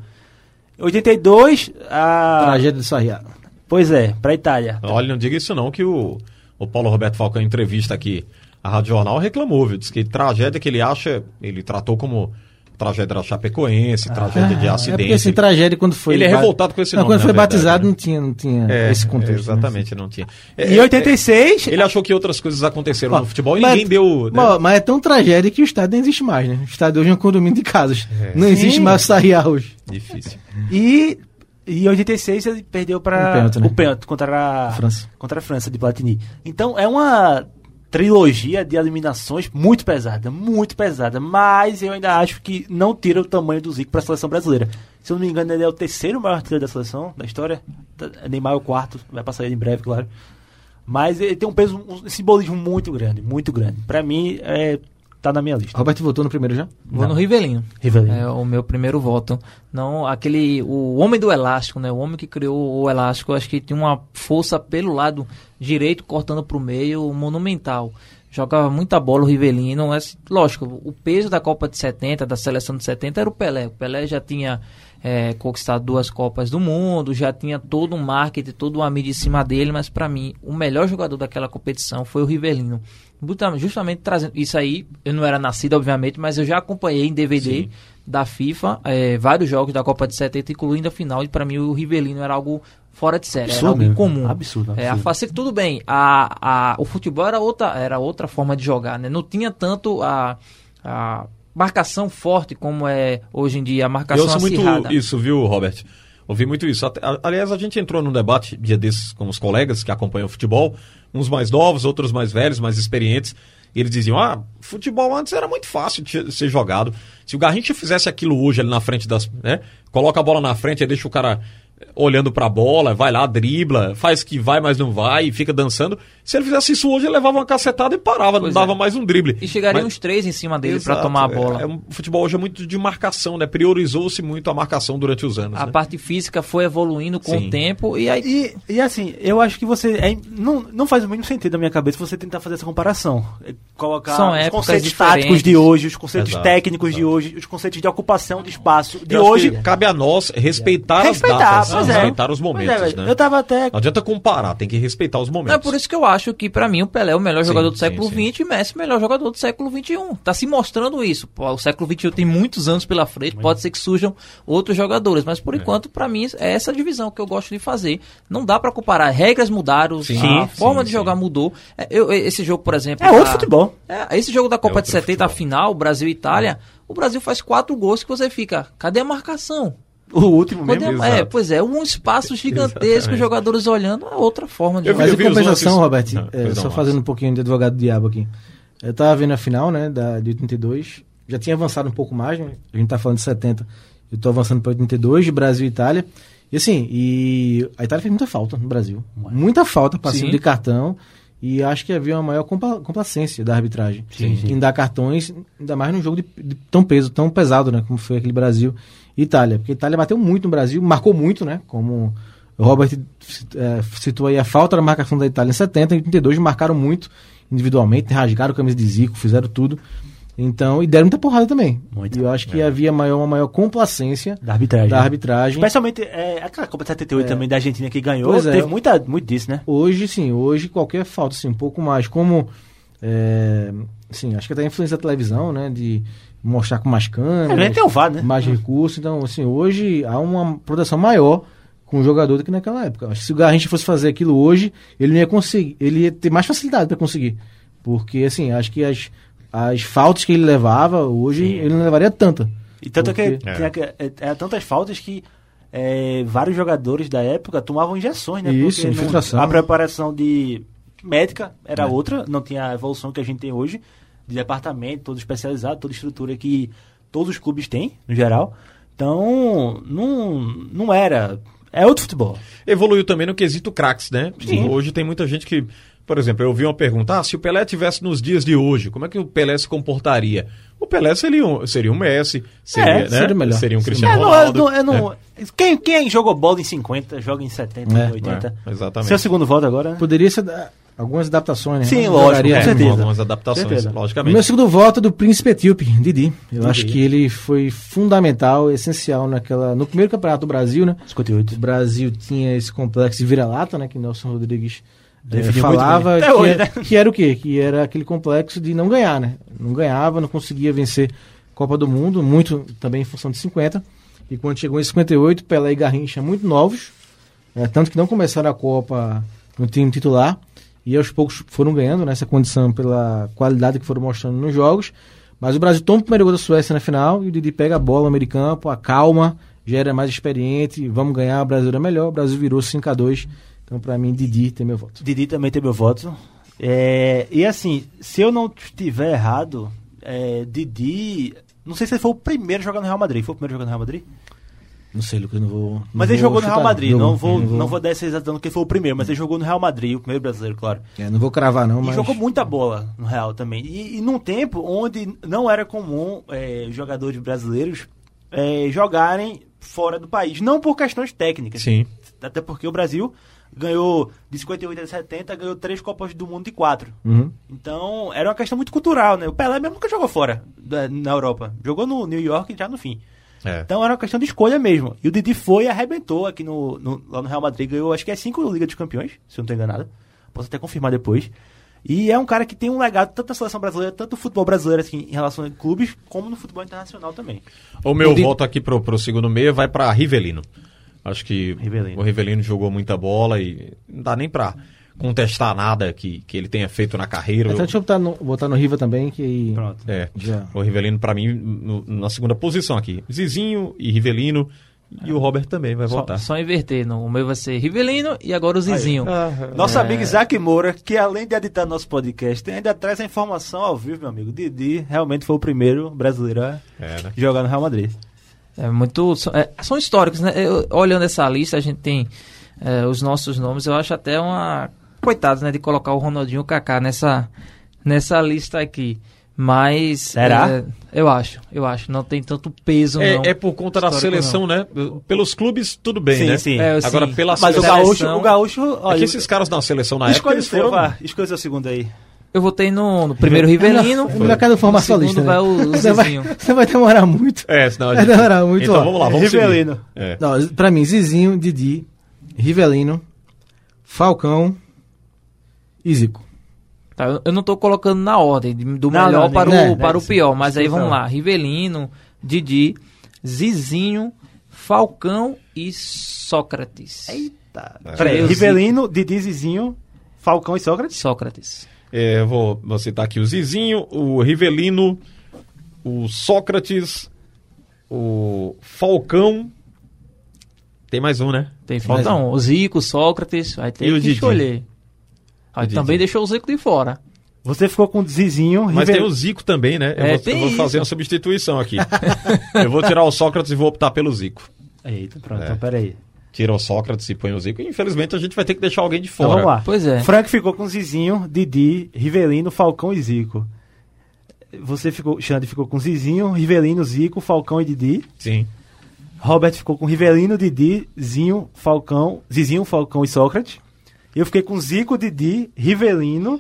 82, a tragédia do Sarriá. Pois é, pra Itália. Olha, não diga isso não, que o Paulo Roberto Falcão, em entrevista aqui à Rádio Jornal, reclamou, viu? Diz que tragédia que ele acha, ele tratou como tragédia da Chapecoense, tragédia de acidente. É porque assim, tragédia quando foi... Ele é revoltado com esse nome, quando foi batizado, né? não tinha esse contexto. Exatamente, não tinha. Em 86... Ele achou que outras coisas aconteceram no futebol e ninguém deu... Né? Mas é tão tragédia que o estádio não existe mais, né? O estádio hoje é um condomínio de casas. Não existe mais o Sarriá hoje. Difícil. E em 86 ele perdeu para o pênalti contra a França de Platini. Então é uma trilogia de eliminações muito pesada, mas eu ainda acho que não tira o tamanho do Zico para a seleção brasileira. Se eu não me engano, ele é o 3º maior artilheiro da seleção da história. Neymar é o 4º, vai passar ele em breve, claro. Mas ele tem um peso, um simbolismo muito grande, muito grande. Para mim, tá na minha lista. Roberto votou no primeiro já? Vou no Rivelino. É o meu primeiro voto. Não, o homem do elástico, né? O homem que criou o elástico, acho que tinha uma força pelo lado direito, cortando pro meio, monumental. Jogava muita bola o Rivelino, mas, lógico, o peso da Copa de 70, da seleção de 70, era o Pelé. O Pelé já tinha conquistado 2 Copas do Mundo, já tinha todo um marketing, toda uma mídia em cima dele, mas para mim, o melhor jogador daquela competição foi o Rivelino. Justamente trazendo isso aí, eu não era nascido, obviamente, mas eu já acompanhei em DVD da FIFA vários jogos da Copa de 70, incluindo a final, e para mim o Rivelino era algo fora de série, era algo incomum. Absurdo. A faceta, tudo bem, o futebol era outra forma de jogar, né? Não tinha tanto a marcação forte como é hoje em dia, a marcação acirrada. Eu ouço muito isso, viu, Robert? Ouvi muito isso. Aliás, a gente entrou num debate dia desses com os colegas que acompanham o futebol, uns mais novos, outros mais velhos, mais experientes, e eles diziam, futebol antes era muito fácil de ser jogado. Se o Garrincha fizesse aquilo hoje ali na frente né? Coloca a bola na frente e deixa o cara olhando pra bola, vai lá, dribla, faz que vai, mas não vai, e fica dançando. Se ele fizesse isso hoje, ele levava uma cacetada e parava, não dava mais um drible. E chegaria uns 3 em cima dele para tomar a bola. O futebol hoje é muito de marcação, né? Priorizou-se muito a marcação durante os anos. A parte física foi evoluindo com o tempo e aí... E assim, eu acho que você... não faz o mínimo sentido na minha cabeça você tentar fazer essa comparação. Colocar os conceitos táticos de hoje, os conceitos técnicos de hoje, os conceitos de ocupação de espaço de hoje. Cabe a nós respeitar as datas, respeitar os momentos, né? Eu tava até... Não adianta comparar, tem que respeitar os momentos. É por isso que eu acho que, pra mim, o Pelé é o melhor jogador do século XX e Messi o melhor jogador do século XXI. Tá se mostrando isso. O século XXI tem muitos anos pela frente, pode ser que surjam outros jogadores, mas por enquanto, pra mim, é essa divisão que eu gosto de fazer. Não dá pra comparar. Regras mudaram, a forma de jogar mudou. Esse jogo, por exemplo... É outro futebol. Esse jogo da Copa de 70, a final, Brasil e Itália, o Brasil faz 4 gols que você fica... Cadê a marcação? O último mesmo. Pois é, um espaço gigantesco, os jogadores olhando, é outra forma de jogar. Mas em compensação, Robert, só fazendo um pouquinho de advogado do diabo aqui. Eu tava vendo a final, né, de 82, já tinha avançado um pouco mais, né? A gente tá falando de 70, eu tô avançando para 82, de Brasil e Itália. E assim, a Itália fez muita falta no Brasil. Muita falta, passivo de cartão. E acho que havia uma maior complacência da arbitragem em dar cartões, ainda mais num jogo de tão pesado, né, como foi aquele Brasil e Itália. Porque a Itália bateu muito no Brasil, marcou muito, né, como o Robert citou aí, a falta da marcação da Itália em 70 e 82, marcaram muito individualmente, rasgaram a camisa de Zico, fizeram tudo. Então, e deram muita porrada também. E eu acho que havia uma maior complacência da arbitragem. Especialmente aquela Copa de 78 também da Argentina que ganhou, teve muito disso, né? Hoje qualquer falta, assim, um pouco mais, como acho que até a influência da televisão, né, de mostrar com mais câmeras, tem o VAR, né? Mais recursos, então, assim, hoje há uma proteção maior com o jogador do que naquela época. Acho que se o Garrincha fosse fazer aquilo hoje, ele não ia conseguir, ele ia ter mais facilidade para conseguir, porque, assim, acho que as faltas que ele levava, hoje ele não levaria tanta. E tanto que tinha tantas faltas que vários jogadores da época tomavam injeções, né? Isso, Porque infiltração. a preparação médica era outra, não tinha a evolução que a gente tem hoje, de departamento, todo especializado, toda estrutura que todos os clubes têm, no geral. Então, não era... É outro futebol. Evoluiu também no quesito craques, né? Sim. Hoje tem muita gente que... Por exemplo, eu ouvi uma pergunta, se o Pelé tivesse nos dias de hoje, como é que o Pelé se comportaria? O Pelé seria um Messi, seria, né? seria melhor. Seria um Cristiano Ronaldo. Quem jogou bola em 50, joga em 70, 80. Exatamente. Seu segundo voto agora, né? Poderia ser algumas adaptações, né? Sim, Não lógico, jogaria com como certeza. Algumas adaptações, Certeza. O logicamente. meu segundo voto é do Príncipe Etíope, Didi. Eu acho que ele foi fundamental, essencial no primeiro campeonato do Brasil, né? 58. O Brasil tinha esse complexo de vira-lata, né? Que Nelson Rodrigues Definiu falava muito bem. Até hoje, né? que era o quê? Que era aquele complexo de não ganhar, né? Não ganhava, não conseguia vencer Copa do Mundo, muito também em função de 50. E quando chegou em 58, Pelé e Garrincha muito novos, tanto que não começaram a Copa no time titular, e aos poucos foram ganhando nessa condição pela qualidade que foram mostrando nos jogos. Mas o Brasil toma o primeiro gol da Suécia na final, e o Didi pega a bola no meio de campo, acalma, já era mais experiente, vamos ganhar, o Brasil era melhor, o Brasil virou 5-2. Então, pra mim, Didi tem meu voto. Didi também tem meu voto. E assim, se eu não estiver errado, Didi... Não sei se ele foi o primeiro a jogar no Real Madrid. Foi o primeiro a jogar no Real Madrid? Não sei, Lucas, não vou... Mas ele jogou no Real Madrid. Não Não vou dar essa exatão que ele foi o primeiro, mas ele jogou no Real Madrid, o primeiro brasileiro, claro. Não vou cravar, não, mas... E jogou muita bola no Real também. E num tempo onde não era comum jogadores brasileiros jogarem fora do país. Não por questões técnicas. Sim. Até porque o Brasil ganhou, de 58 a 70, ganhou 3 Copas do Mundo de 4. Uhum. Então, era uma questão muito cultural, né? O Pelé mesmo nunca jogou fora na Europa. Jogou no New York já no fim. Então, era uma questão de escolha mesmo. E o Didi foi e arrebentou aqui lá no Real Madrid. Ganhou, acho que 5 Liga dos Campeões, se eu não estou enganado. Posso até confirmar depois. E é um cara que tem um legado tanto na seleção brasileira, tanto no futebol brasileiro, assim, em relação a clubes, como no futebol internacional também. O meu voto aqui pro segundo meio vai para Rivelino. Acho que Rivelino. o Rivelino jogou muita bola e não dá nem pra contestar nada que ele tenha feito na carreira. Então deixa eu botar no Riva também, que... Pronto. Já. O Rivelino, pra mim, na segunda posição aqui. Zizinho e Rivelino. E o Robert também vai votar. Só inverter. O meu vai ser Rivelino e agora o Zizinho. Nosso amigo Isaac Moura, que além de editar nosso podcast, ainda traz a informação ao vivo, meu amigo. Didi realmente foi o primeiro brasileiro a jogar no Real Madrid. São históricos, né? Olhando essa lista, a gente tem os nossos nomes. Eu acho até coitado, né, de colocar o Ronaldinho e o Kaká nessa lista aqui. Mas... Será? Eu acho. Não tem tanto peso, não. É por conta da seleção, né? Pelos clubes, tudo bem, sim, né? Sim. Agora, pela mas seleção... o Gaúcho... Olha, é que esses caras na seleção na época, eles foram... Escolha seu segundo aí. Eu votei no primeiro Rivelino. É melhor cada formar sua lista, vai o Zizinho. Você vai demorar muito. Senão vai demorar muito. Então vamos lá, vamos Rivelino. Não, pra mim, Zizinho, Didi, Rivelino, Falcão e Zico. Tá, eu não tô colocando na ordem do melhor para o pior, mas aí vamos lá. Rivelino, Didi, Zizinho, Falcão e Sócrates. Eita. Peraí, Rivelino, Didi, Zizinho, Falcão e Sócrates? Sócrates. Eu vou citar aqui o Zizinho, o Rivelino, o Sócrates, o Falcão. Tem mais um, né? Falta um. O Zico, o Sócrates. Aí tem que escolher. Aí também deixou o Zico de fora. Você ficou com o Zizinho. Mas tem o Zico também, né? Eu vou fazer uma substituição aqui. Eu vou tirar o Sócrates e vou optar pelo Zico. Eita, pronto, então peraí. Tira o Sócrates e põe o Zico. Infelizmente a gente vai ter que deixar alguém de fora. Então, vamos lá. Pois é. Frank ficou com Zizinho, Didi, Rivelino, Falcão e Zico. Xande ficou com Zizinho, Rivelino, Zico, Falcão e Didi. Sim. Robert ficou com Rivelino, Didi, Zizinho, Falcão e Sócrates. Eu fiquei com Zico, Didi, Rivelino,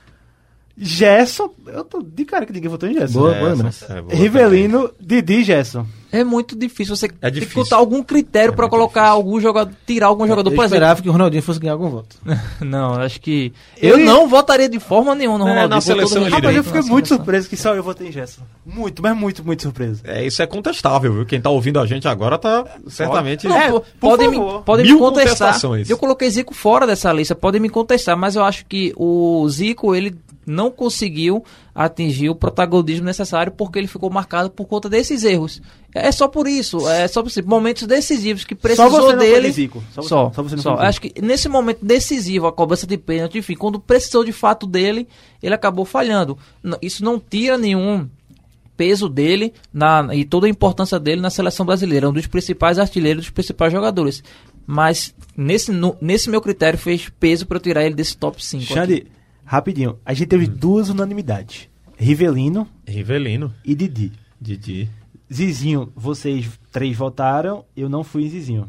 Gerson. Eu tô de cara que ninguém votou em Gerson. Boa lembrança. Rivelino, Didi e Gerson. É muito difícil. Você tem que botar algum critério para colocar difícil. algum jogador, tirar algum jogador. Eu esperava que o Ronaldinho fosse ganhar algum voto. Não, acho que... Eu não votaria de forma nenhuma no Ronaldinho. Na seleção Rapaz, eu fiquei muito surpreso que só eu votei em Gerson. Muito, mas muito, muito surpreso. Isso é contestável, viu? Quem tá ouvindo a gente agora tá certamente... Podem me contestar. contestações. Eu coloquei Zico fora dessa lista, podem me contestar, mas eu acho que o Zico, ele não conseguiu atingir o protagonismo necessário, porque ele ficou marcado por conta desses erros. É só por isso, momentos decisivos que precisou só você dele. Não foi de Zico. Só você não foi de Zico. Acho que nesse momento decisivo, a cobrança de pênalti, enfim, quando precisou de fato dele, ele acabou falhando. Isso não tira nenhum peso dele e toda a importância dele na seleção brasileira, um dos principais artilheiros, dos principais jogadores. Mas nesse meu critério fez peso para eu tirar ele desse top 5. Xande, rapidinho, a gente teve duas unanimidades: Rivelino e Didi. Zizinho, vocês 3 votaram, eu não fui em Zizinho.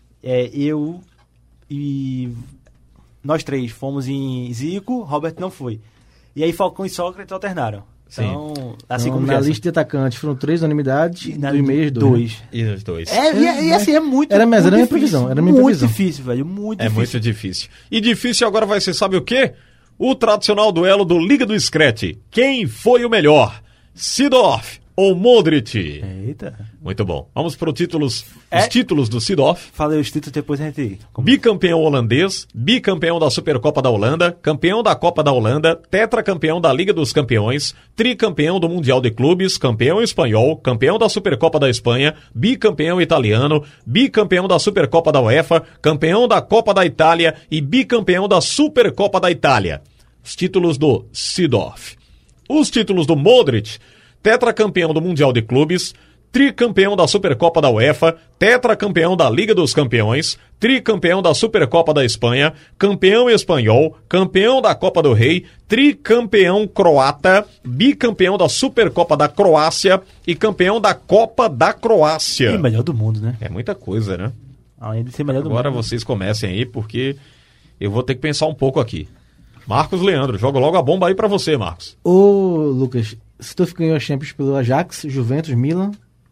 Eu e nós 3 fomos em Zico, Robert não foi. E aí Falcão e Sócrates alternaram. Então, assim como na lista de atacantes foram 3 unanimidades, e na do e-mail 2. E os 2. E assim, é muito Era minha difícil. previsão. Muito difícil, velho. Muito difícil. Muito difícil. E difícil agora vai ser, sabe o quê? O tradicional duelo do Liga do Scratch. Quem foi o melhor? Seedorf ou Modric? Eita. Muito bom. Vamos para os títulos do Seedorf. Falei os títulos, depois a gente... Bicampeão holandês, bicampeão da Supercopa da Holanda, campeão da Copa da Holanda, tetracampeão da Liga dos Campeões, tricampeão do Mundial de Clubes, campeão espanhol, campeão da Supercopa da Espanha, bicampeão italiano, bicampeão da Supercopa da UEFA, campeão da Copa da Itália e bicampeão da Supercopa da Itália. Os títulos do Seedorf. Os títulos do Modric: tetracampeão do Mundial de Clubes, tricampeão da Supercopa da UEFA, tetracampeão da Liga dos Campeões, tricampeão da Supercopa da Espanha, campeão espanhol, campeão da Copa do Rei, tricampeão croata, bicampeão da Supercopa da Croácia e campeão da Copa da Croácia. E melhor do mundo, né? É muita coisa, né? Além de ser melhor do mundo. Agora vocês comecem aí, porque eu vou ter que pensar um pouco aqui. Marcos Leandro, joga logo a bomba aí pra você, Marcos. Ô, Lucas, Seedorf ganhou a Champions pelo Ajax, Juventus, Milan.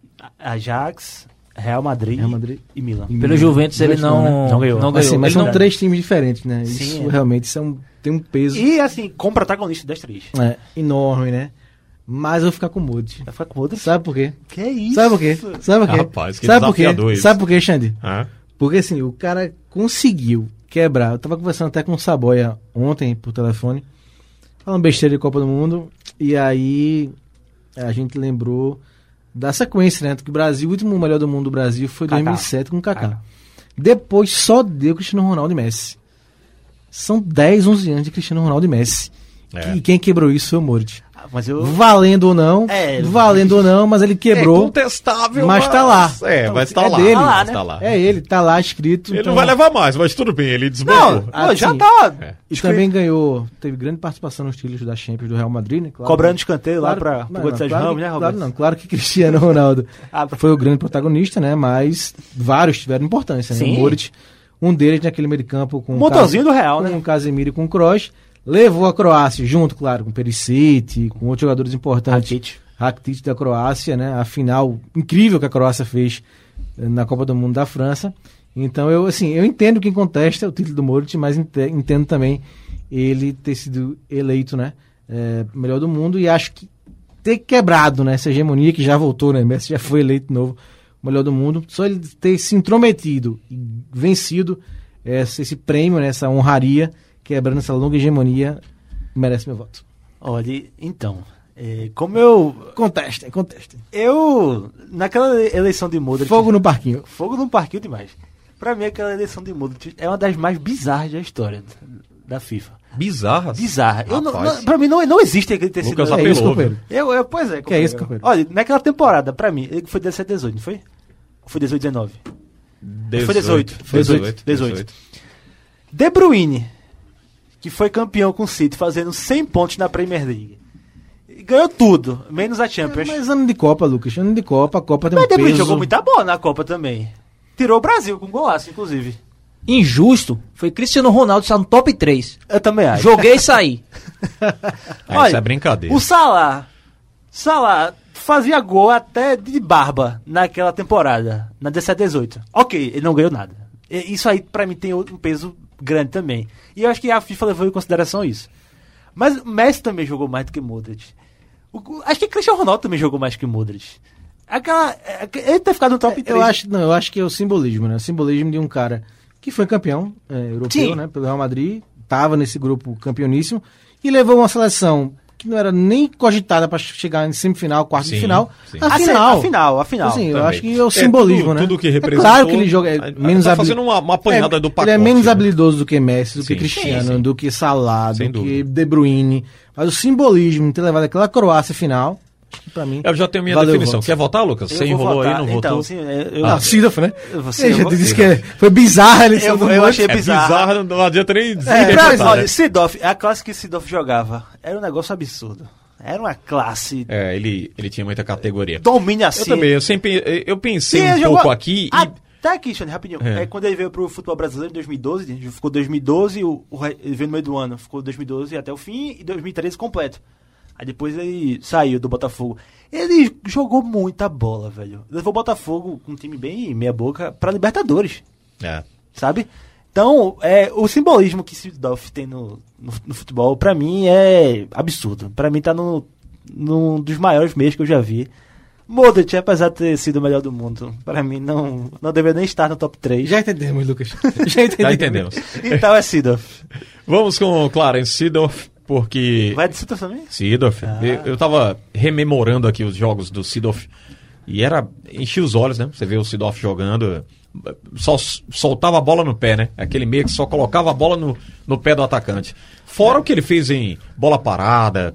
Ajax, Real Madrid e Milan. Pelo Juventus ele não ganhou. Assim, mas ele são 3 times diferentes, né? Sim, isso realmente tem um peso. E assim, como protagonista das 3. Enorme, né? Mas eu vou ficar com o Modric. Vai ficar com o Modric? Sabe por quê? Que isso? Sabe por quê? Rapaz, que Sabe por quê? desafiador isso. Sabe por quê, Xande? Ah. Porque assim, o cara conseguiu quebrar. Eu tava conversando até com o Saboia ontem por telefone, falando besteira de Copa do Mundo, e aí a gente lembrou da sequência, né? Que o Brasil, o último melhor do mundo do Brasil foi em 2007 com o Kaká. Depois só deu Cristiano Ronaldo e Messi. São 10, 11 anos de Cristiano Ronaldo e Messi. E quem quebrou isso foi o Modric. Valendo ou não, mas ele quebrou. É contestável, mas tá lá. Mas tá lá. Dele. Tá lá, né? Tá lá. É ele, tá lá escrito. Ele então... não vai levar mais, mas tudo bem, ele desbancou. Já tá. E também ganhou, teve grande participação nos títulos da Champions do Real Madrid, né? Claro, cobrando escanteio lá claro, pro gol de Sérgio Ramos, né, Roberto? Claro que Cristiano Ronaldo foi o grande protagonista, né? Mas vários tiveram importância, né? Sim. O Modric, um deles naquele meio de campo com motorzinho do Real, né? Com o Casemiro e com o Kroos. Levou a Croácia junto, claro, com Perisic, com outros jogadores importantes. Rakitic da Croácia, né? A final incrível que a Croácia fez na Copa do Mundo da França. Então, eu entendo quem contesta o título do Modric, mas entendo também ele ter sido eleito, né? Melhor do mundo, e acho que ter quebrado, né? Essa hegemonia que já voltou, né? Messi já foi eleito novo melhor do mundo. Só ele ter se intrometido e vencido esse prêmio, né? Essa honraria, quebrando essa longa hegemonia, merece meu voto. Olha, então, como eu... Contestem. Eu, naquela eleição de Modric... Fogo no parquinho demais. Pra mim, aquela eleição de Modric é uma das mais bizarras da história da FIFA. Bizarra. Pra mim, não existe aquele ter sido... Lucas apelou, velho. Pois é. Que é isso, companheiro? Olha, naquela temporada, pra mim, ele foi 17, 18, não foi? Ou foi 18, 19? Foi 18. De Bruyne, que foi campeão com o City, fazendo 100 pontos na Premier League. Ganhou tudo, menos a Champions. Mas ano de Copa, Lucas, a Copa tem um Mas De Bruyne peso... jogou muita bola na Copa também. Tirou o Brasil com golaço, inclusive. Injusto foi Cristiano Ronaldo estar no top 3. Eu também acho. Joguei e saí. Olha, isso é brincadeira. O Salah fazia gol até de barba naquela temporada, na 17-18. Ok, ele não ganhou nada. Isso aí, pra mim, tem um peso grande também. E eu acho que a FIFA levou em consideração isso. Mas Messi também jogou mais do que Modric. Acho que Cristiano Ronaldo também jogou mais que Modric. Ele ter ficado no top 3. Eu acho que é o simbolismo, né? O simbolismo de um cara que foi campeão europeu, né? Pelo Real Madrid, tava nesse grupo campeoníssimo e levou uma seleção que não era nem cogitada para chegar em semifinal, quarto de final, sim. a final. A final. Assim, eu Também. acho que é o simbolismo, né? Tudo que representou. Claro que ele joga menos tá fazendo uma apanhada do pacote. Ele é menos né? habilidoso do que Messi, do que Sim, Cristiano, sim. do que Salah, Sem do que dúvida. De Bruyne. Mas o simbolismo de ter levado aquela Croácia final, acho que pra mim... Eu já tenho minha valeu o definição. voto. Quer votar, Lucas? Você enrolou aí, não votou? Então, sim, Seedorf, né? Você- Você eu- disse que foi bizarra a eleição do eu Monte. achei É bizarro, não adianta nem dizer. Olha, Seedorf, a classe que Seedorf jogava era um negócio absurdo. Era uma classe Ele tinha muita categoria. domínio assim. Eu também, eu pensei Ele um jogou- pouco aqui e... Tá aqui, Xande, rapidinho. Quando ele veio pro futebol brasileiro em 2012, ele ficou 2012, ele veio no meio do ano, ficou 2012 até o fim e 2013 completo. Aí depois ele saiu do Botafogo. Ele jogou muita bola, velho. Levou o Botafogo com um time bem meia boca pra Libertadores, sabe? Então, o simbolismo que Seedorf tem no futebol, pra mim, é absurdo. Pra mim, tá num dos maiores meios que eu já vi. Modric, apesar de ter sido o melhor do mundo, pra mim não deveria nem estar no top 3. Já entendemos, Lucas. Já entendemos. Então é Seedorf. Vamos com Clarence Seedorf, porque... Vai de Seedorf também? Seedorf. Eu tava rememorando aqui os jogos do Seedorf e enchia os olhos, né? Você vê o Seedorf jogando, só soltava a bola no pé, né? Aquele meio que só colocava a bola no pé do atacante. Fora o que ele fez em bola parada,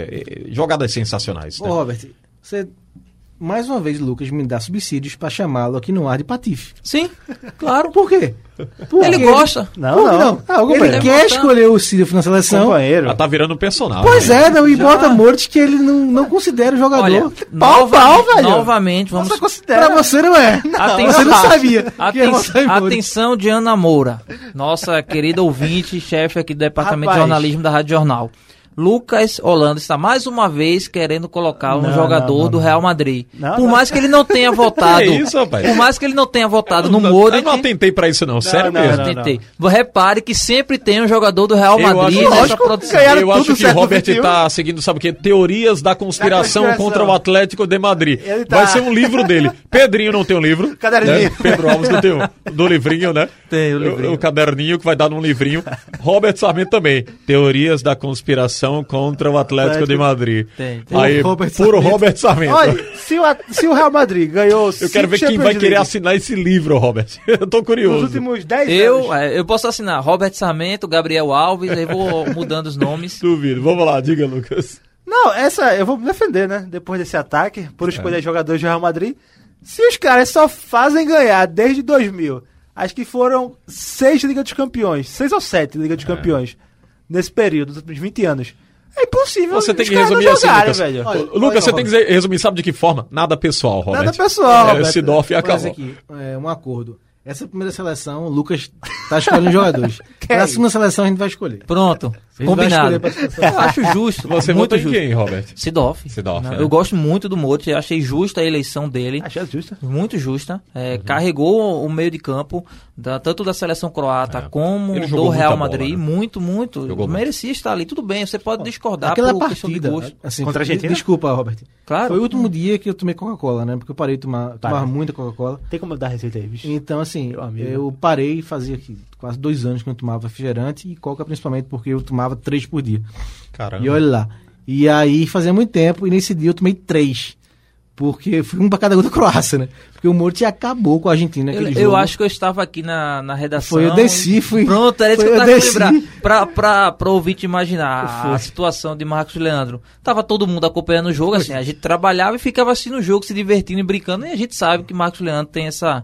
jogadas sensacionais. Ô, Né? Robert, você... Mais uma vez, Lucas, me dá subsídios pra chamá-lo aqui no ar de Patife. Sim, claro. Por quê? Porque Ele gosta. Não. Ele Ele quer escolher o Seedorf na seleção. Companheiro. Ela tá virando um personagem. Pois é, não, e bota Modric que ele não considera o jogador. Olha, Pau, velho. novamente, vamos... Você considera? Pra você não é. Atenção. Você não sabia. que ia votar em Modric. Atenção de Ana Moura, nossa querida ouvinte, chefe aqui do Departamento de Rapaz. Jornalismo da Rádio Jornal. Lucas Holanda está mais uma vez querendo colocar um jogador do Real Madrid. Por mais que ele não tenha votado. Que isso, rapaz? Por mais que ele não tenha votado no Eu Modric. não atentei pra isso não, sério mesmo. Tentei. Repare que sempre tem um jogador do Real Eu Madrid acho- nessa lógico, produção. ganharam Eu acho tudo que o certo no Robert filme. tá seguindo, sabe o quê? Teorias da conspiração Da conspiração. contra o Atlético de Madrid. Ele tá- Vai ser um livro dele. Pedrinho não tem um livro. Caderninho. Né? Pedro Alves não tem do livrinho, né? Tem o livrinho. O caderninho que vai dar num livrinho. Robert Sarmento também. Teorias da conspiração contra o Atlético de Madrid. Tem. Aí, Robert puro Sarmento. Robert Sarmento. Olha, se o Real Madrid ganhou Eu quero ver quem vai querer assinar esse livro, Robert. Eu tô nos curioso. últimos 10 Eu anos. posso assinar Robert Sarmento, Gabriel Alves, aí vou mudando os nomes. Duvido. Vamos lá, diga, Lucas. Não, eu vou me defender, né? Depois desse ataque, por escolher jogadores do Real Madrid. Se os caras só fazem ganhar desde 2000, acho que foram 6 Ligas dos Campeões, 6 ou 7 Ligas dos Campeões, nesse período, dos últimos 20 anos. É impossível Você tem os que caras não resumir assim, jogarem, Lucas. velho. Olha, Lucas, você olha, tem que resumir, sabe de que forma? Nada pessoal, Robert. Nada pessoal, Roberto. Seedorf e Mas acabou. aqui, um acordo. Essa primeira seleção, o Lucas tá escolhendo jogadores. Quem? Na segunda seleção a gente vai escolher. Pronto, A gente vai combinado. escolher pra seleção. Eu acho justo. Você muito votou em justo. quem, Robert? Seedorf. Seedorf, Não, é. Eu gosto muito do Modric, eu achei justa a eleição dele. Achei justa. Muito justa. Carregou o meio de campo, tanto da seleção croata como Ele do jogou Real muita bola, Madrid. né? Muito. Jogou Merecia estar ali. Tudo bem, você pode discordar Aquela por questão de partida, gosto. assim, Contra a Argentina? Desculpa, Robert. Claro. Foi o último dia que eu tomei Coca-Cola, né? Porque eu parei de tomar muita Coca-Cola. Tem como dar receita aí, bicho? Então, assim, amigo. eu parei, fazia aqui quase 2 anos que eu não tomava refrigerante e Coca principalmente porque eu tomava 3 por dia. Caramba. E olha lá. E aí fazia muito tempo e nesse dia eu tomei 3. Porque foi um pra cada gol da Croácia, né? Porque o Modric acabou com a Argentina naquele jogo. Eu acho que eu estava aqui na redação. Foi, eu desci, fui. Pronto, era isso foi, que eu eu tava desci. lembrar. Pra ouvinte imaginar Foi. a situação de Marcos Leandro. Tava todo mundo acompanhando o jogo, assim, a gente trabalhava e ficava assistindo o jogo, se divertindo e brincando, e a gente sabe que Marcos Leandro tem essa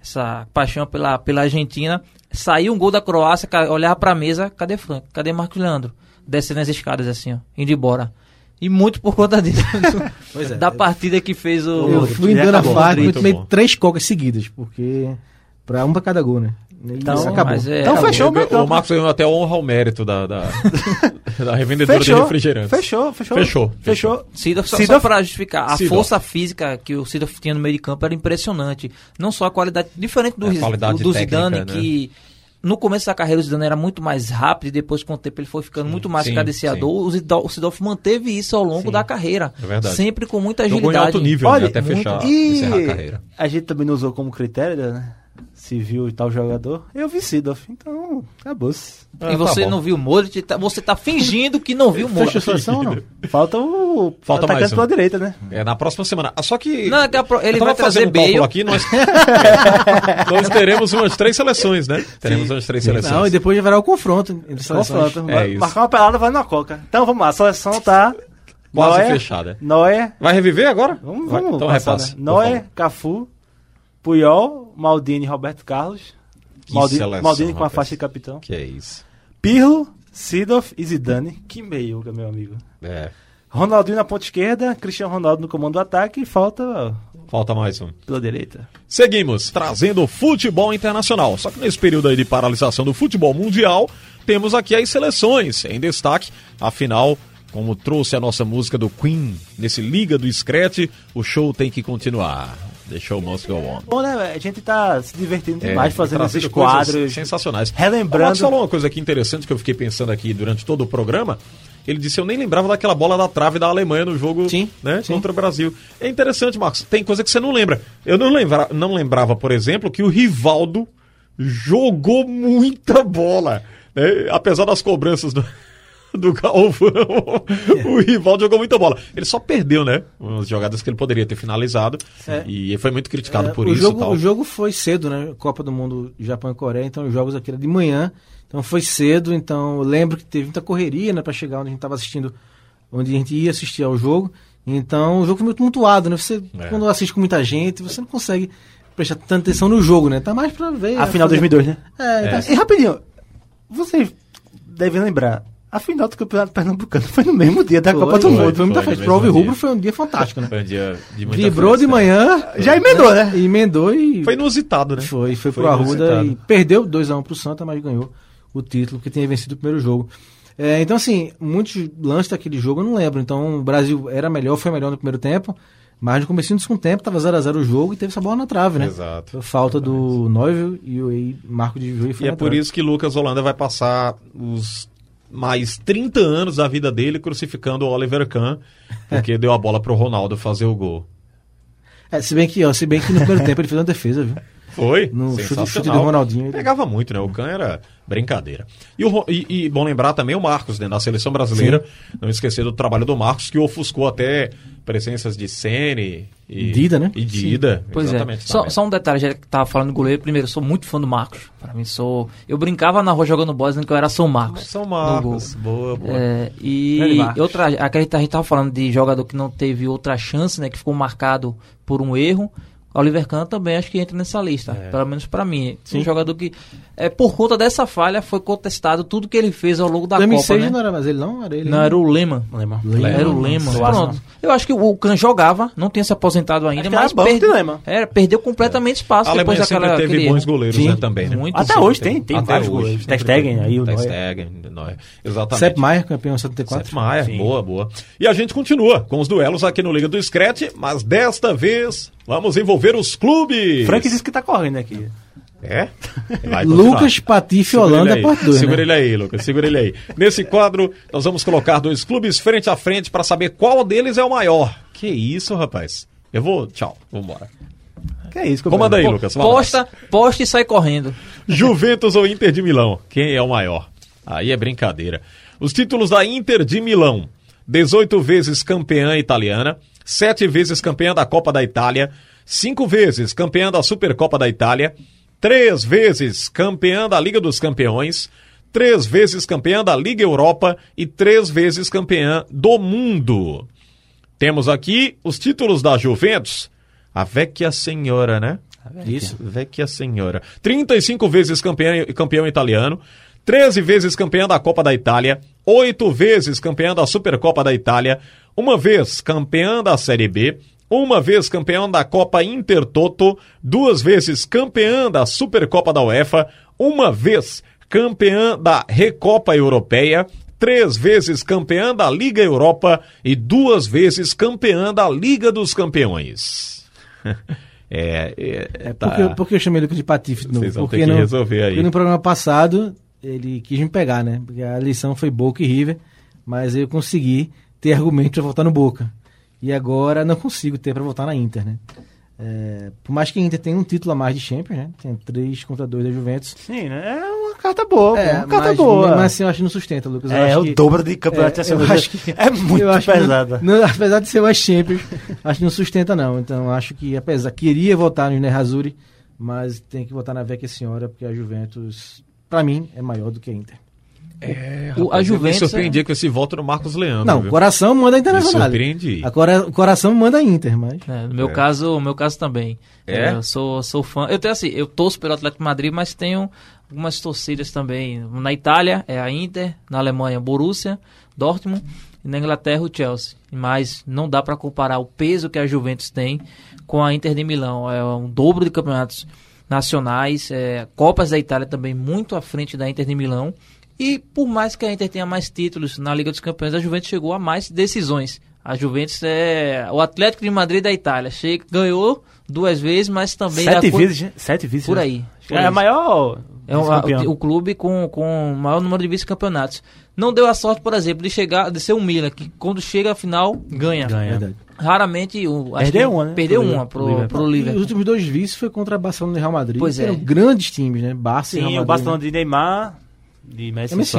paixão pela Argentina. Saiu um gol da Croácia, olhava pra mesa, cadê Franco? Cadê Marcos Leandro? Descendo as escadas assim, ó, indo embora. E muito por conta disso. Pois é. Da partida que fez o... Eu fui dando a acabou. faca e Muito tomei bom. 3 Cocas seguidas, porque um pra cada gol, né? Então, Isso acabou. mas é- Então acabou. fechou o meio O campo. Marcos ganhou até honra ao mérito da revendedora de refrigerantes. Fechou. Seedorf, só Seedorf- para justificar, a Seedorf. força física que o Seedorf tinha no meio de campo era impressionante. Não só a qualidade, diferente do, A qualidade do técnica, Zidane, né? que no começo da carreira o Zidane era muito mais rápido e depois com o tempo ele foi ficando muito mais sim, cadenciador. O Seedorf manteve isso ao longo da carreira. É verdade. Sempre com muita Jogou em agilidade. alto nível, Olha, né, até muito. fechar, E encerrar a carreira. a gente também não usou como critério, né? se viu tal jogador. Eu vi Seedorf, então acabou-se. E você não viu o Modric, você tá fingindo que não viu o Modric. Fechou a seleção ou não? Falta o Falta mais atacante pela direita, né? Na próxima semana. Só que... Não, ele vai trazer Bale. Aqui, nós teremos umas 3 seleções, né? Teremos umas 3 seleções. Não, e depois haverá o confronto entre seleções. Marcar uma pelada, vai na Coca. Então vamos lá, a seleção tá... Quase fechada. Neuer... Vai reviver agora? Vamos então passar, repasse. né? Neuer, Cafu, Puyol, Maldini, Roberto Carlos. Maldini com a faixa de capitão. Que é isso. Pirlo, Seedorf e Zidane. Que meiuca, meu amigo. Ronaldinho na ponta esquerda, Cristiano Ronaldo no comando do ataque e falta mais um. Pela direita. Seguimos trazendo futebol internacional. Só que nesse período aí de paralisação do futebol mundial, temos aqui as seleções em destaque. Afinal, como trouxe a nossa música do Queen nesse Liga do Scratch, o show tem que continuar. The show must go on. Bom, né? A gente tá se divertindo demais fazendo esses quadros sensacionais. Relembrando. O Marcos falou uma coisa aqui interessante que eu fiquei pensando aqui durante todo o programa. Ele disse, eu nem lembrava daquela bola da trave da Alemanha no jogo contra o Brasil. É interessante, Marcos. Tem coisa que você não lembra. Eu não lembrava, por exemplo, que o Rivaldo jogou muita bola. Né? Apesar das cobranças do Galvão, o Rivaldo jogou muita bola. Ele só perdeu, né? Umas jogadas que ele poderia ter finalizado. E foi muito criticado por isso. O jogo foi cedo, né? Copa do Mundo, Japão e Coreia. Então os jogos aqui eram de manhã. Então foi cedo. Então eu lembro que teve muita correria, né? Pra chegar onde a gente estava assistindo, onde a gente ia assistir ao jogo. Então o jogo foi muito tumultuado, né? Você, quando assiste com muita gente, você não consegue prestar tanta atenção no jogo, né? Tá mais pra ver. A final de 2002, né? Então, e rapidinho, vocês devem lembrar. A final do Campeonato Pernambucano foi no mesmo dia da Copa do Mundo. Foi muita festa. Pro Alvirrubro foi um dia fantástico, né? Foi um dia de muita Vibrou festa. de manhã. Já emendou, né? Emendou e... Foi inusitado, né? Foi pro Arruda e perdeu 2-1 pro Santa, mas ganhou o título, porque tinha vencido o primeiro jogo. Então, assim, muitos lances daquele jogo eu não lembro. Então, o Brasil foi melhor no primeiro tempo, mas no comecinho do segundo tempo tava 0-0 o jogo e teve essa bola na trave, né? Exato. Falta do Neuvel e o Marco de Juiz foi E na é por trave. isso que Lucas Holanda vai passar os mais 30 anos da vida dele crucificando o Oliver Kahn, porque deu a bola pro Ronaldo fazer o gol. Se bem que no primeiro tempo ele fez uma defesa, viu? Foi? No chute do Ronaldinho. Pegava muito, né? O Kahn era brincadeira. E bom lembrar também o Marcos, né? Na seleção brasileira. Sim. Não esquecer do trabalho do Marcos, que ofuscou até presenças de Sene e Dida, né? E Dida. Pois exatamente. Só um detalhe, já que tava falando do goleiro. Primeiro, eu sou muito fã do Marcos. Pra mim, eu brincava na rua jogando bola dizendo que eu era São Marcos. São Marcos. Boa. E outra, a gente tava falando de jogador que não teve outra chance, né? Que ficou marcado por um erro. Oliver Kahn também acho que entra nessa lista, pelo menos pra mim. Sim. Um jogador que, por conta dessa falha, foi contestado tudo que ele fez ao longo da 2006 Copa, né? Não era mais ele, não? Era ele? Não, era o Lehmann. Era o Lehmann. Pronto. Eu acho que o Kahn jogava, não tinha se aposentado ainda, mas perdeu completamente espaço. A depois Alemanha sempre teve bons goleiros, né, também, né? Muito até hoje tem vários hoje. goleiros. Ter Stegen, aí o Neuer. Exatamente. Sepp Maier, campeão em 74. Sepp Maier, boa. E a gente continua com os duelos aqui no Liga do Scratch, mas desta vez vamos envolver os clubes. Frank disse que tá correndo aqui. Lucas Patife Holanda, parte 2. Segura ele aí, Lucas, segura ele aí. Nesse quadro, nós vamos colocar 2 clubes frente a frente para saber qual deles é o maior. Que isso, rapaz. Tchau, vambora. Que é isso, comanda aí, Lucas. Posta e sai correndo. Juventus ou Inter de Milão? Quem é o maior? Aí é brincadeira. Os títulos da Inter de Milão: 18 vezes campeã italiana, 7 vezes campeã da Copa da Itália, 5 vezes campeã da Supercopa da Itália, 3 vezes campeã da Liga dos Campeões, 3 vezes campeã da Liga Europa e 3 vezes campeã do mundo. Temos aqui os títulos da Juventus. A Vecchia Senhora, né? Isso, Vecchia Senhora. 35 vezes campeão italiano, 13 vezes campeã da Copa da Itália, 8 vezes campeã da Supercopa da Itália, 1 vez campeã da Série B, 1 vez campeão da Copa Intertoto, 2 vezes campeã da Supercopa da UEFA, 1 vez campeã da Recopa Europeia, 3 vezes campeã da Liga Europa e 2 vezes campeã da Liga dos Campeões. Porque eu chamei ele de Patife de novo? Vocês vão ter que resolver aí. Porque no programa passado ele quis me pegar, né? Porque a lição foi Boca e River, mas eu consegui ter argumento para votar no Boca. E agora não consigo ter para votar na Inter, né? Por mais que a Inter tenha um título a mais de Champions, né? Tem 3 contra 2 da Juventus. Sim, né? É uma carta boa, uma carta mas, boa. Mas assim, eu acho que não sustenta, Lucas. Eu É acho o que, dobro de campeonato eu acho que é muito pesada. Apesar de ser mais Champions, acho que não sustenta, não. Então, acho que, queria votar no Nerazzurri, mas tem que votar na Vecchia Senhora, porque a Juventus, pra mim, é maior do que a Inter. A Juventus me surpreendi com esse voto no Marcos Leandro. Não, o coração manda a Internacional. Me surpreendi. O coração manda a Inter, mas... No meu caso também. Eu sou fã. Eu torço pelo Atlético de Madrid, mas tenho algumas torcidas também. Na Itália é a Inter, na Alemanha Borussia, Dortmund, e na Inglaterra o Chelsea. Mas não dá para comparar o peso que a Juventus tem com a Inter de Milão. É um dobro de campeonatos nacionais, Copas da Itália também muito à frente da Inter de Milão. E por mais que a Inter tenha mais títulos na Liga dos Campeões, a Juventus chegou a mais decisões. A Juventus é o Atlético de Madrid da Itália. Ganhou 2 vezes, mas também... 7 vices. Por aí. É a maior... o clube com o maior número de vice-campeonatos. Não deu a sorte, por exemplo, de ser um Milan, que quando chega à final, ganha. Verdade. Raramente... Perdeu uma pro Liverpool. E os últimos 2 vices foi contra Barcelona e Real Madrid. Pois eram grandes times, né? Barça e Real Madrid. O Barcelona de Neymar... De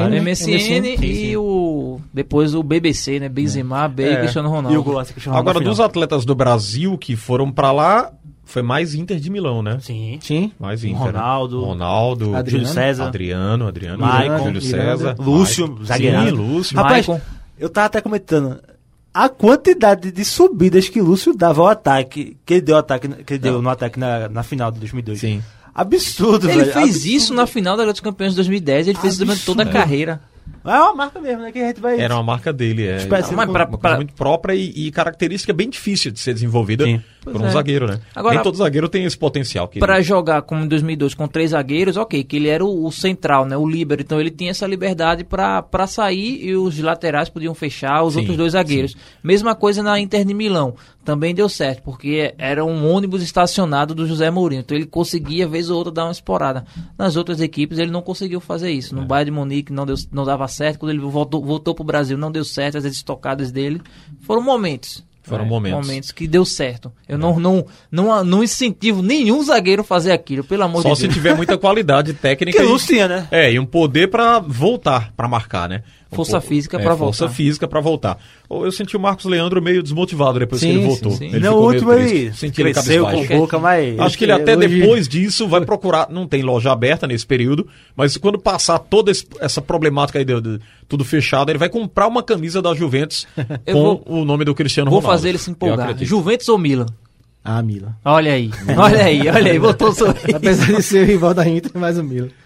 MSN e depois o BBC, né? Benzema, Cristiano Ronaldo. E o gol, Cristiano Ronaldo. Agora, dos atletas do Brasil que foram pra lá, foi mais Inter de Milão, né? Sim. Mais Inter. Ronaldo, Adriano, Júlio César, Adriano, Maicon, Júlio César, Lúcio, zagueirão. Sim, Lúcio. Rapaz, eu tava até comentando a quantidade de subidas que Lúcio dava ao ataque, que ele deu no ataque na final de 2002. Sim. Absurdo, Ele velho. fez isso na final da Liga dos Campeões de 2010, ele fez isso durante toda a carreira. É uma marca mesmo, né? Que a gente vai... Era uma marca dele, Espécie uma de- coisa muito própria e característica bem difícil de ser desenvolvida por um é. zagueiro, né? Agora, nem todo zagueiro tem esse potencial. Pra jogar como em 2002 com 3 zagueiros, ok, que ele era o central, né, o líbero, então ele tinha essa liberdade pra sair e os laterais podiam fechar os outros 2 zagueiros. Mesma coisa na Inter de Milão, também deu certo, porque era um ônibus estacionado do José Mourinho, então ele conseguia, vez ou outra, dar uma esporada. Nas outras equipes ele não conseguiu fazer isso. No Bayern de Munique não dava certo, quando ele voltou pro Brasil não deu certo, as estocadas dele foram momentos. Foram momentos que deu certo. Eu não incentivo nenhum zagueiro a fazer aquilo, pelo amor de Só Deus. se tiver muita qualidade técnica. Que Lúcio tinha, né? E um poder pra voltar, pra marcar, né? Força física pra voltar. Força física pra voltar. Eu senti o Marcos Leandro meio desmotivado depois que ele voltou. sim. Ele No ficou último meio ele triste. Senti ele cresceu com cabisbaixo. boca, mas... Acho que ele até hoje- depois disso vai procurar, não tem loja aberta nesse período, mas quando passar toda essa problemática aí de tudo fechado, ele vai comprar uma camisa da Juventus com o nome do Cristiano Vou Ronaldo. fazer ele se Eu empolgar. acredito. Juventus ou Milan? Ah, Milan. Olha aí, botou o sorriso. Apesar de ser o rival da Inter, mais o Milan.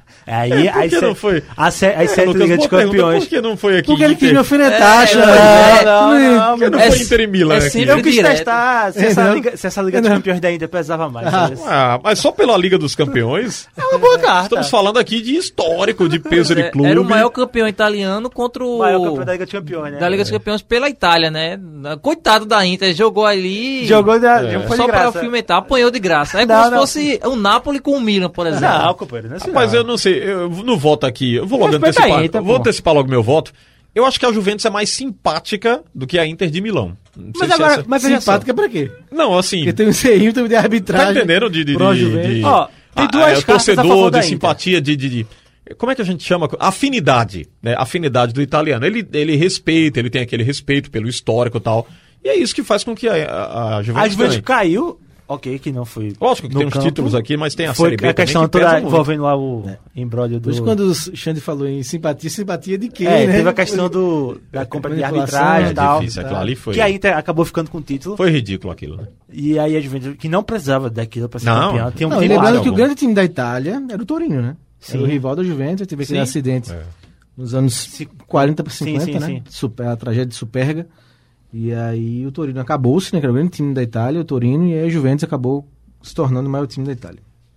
Aí, Por que não foi? As 7 Lucas, Ligas de boa pergunta, Campeões. por que não foi aqui? Porque ele quis me Inter? alfinetar, É, Xará. Por que não É foi Inter e Milan aqui? sempre Eu quis direto. testar se essa Liga de Campeões da Inter pesava mais. Mas só pela Liga dos Campeões? É uma boa carta. Estamos falando aqui de histórico, de peso de clube. Era o maior campeão italiano contra o maior campeão da Liga de Campeões, né? da Liga dos Campeões pela Itália, né? Coitado da Inter, jogou ali. Jogou foi só de pra graça. alfinetar, apanhou de graça. É Não, como se não. fosse o Napoli com o Milan, por exemplo. Não, companheiro, não é assim, Mas não. eu não sei, eu no voto aqui, eu vou logo Respeita antecipar. a Inter, Eu vou pô. antecipar logo meu voto. Eu acho que a Juventus é mais simpática do que a Inter de Milão. Não sei Mas se agora, essa- mas veja só. Simpática pra quê? Não, assim, Porque tem um seinho também de tá arbitragem. entendendo de pró-Juventus. Ó, tem duas cartas a favor torcedor, da de Inter. simpatia, de como é que a gente chama? Afinidade, né? Afinidade do italiano. Ele respeita, ele tem aquele respeito pelo histórico e tal. E é isso que faz com que a A Juventus Juventus ganhe. caiu, ok, que não foi. Lógico que no tem uns campo. títulos aqui, mas tem a Foi Série B a questão também, que toda pesa muito. envolvendo lá o embrólio do. Por isso, quando o Xande falou em simpatia de quem, É, né? teve a questão da compra de Manipulação, arbitragem É e tal. difícil, aquilo ali foi... Que a Inter acabou ficando com o título. Foi ridículo aquilo, né? E aí a Juventus, que não precisava daquilo pra ser Não. campeão. Tinha um Não, e time lembrando lá. que o grande time da Itália era o Torino, né? Sim. Era o rival da Juventus, teve aquele Sim. acidente É. nos anos 40 para 50, sim, né? sim. A tragédia de Superga. E aí o Torino acabou-se, né? Que era o grande time da Itália, o Torino, e aí a Juventus acabou se tornando o maior time da Itália.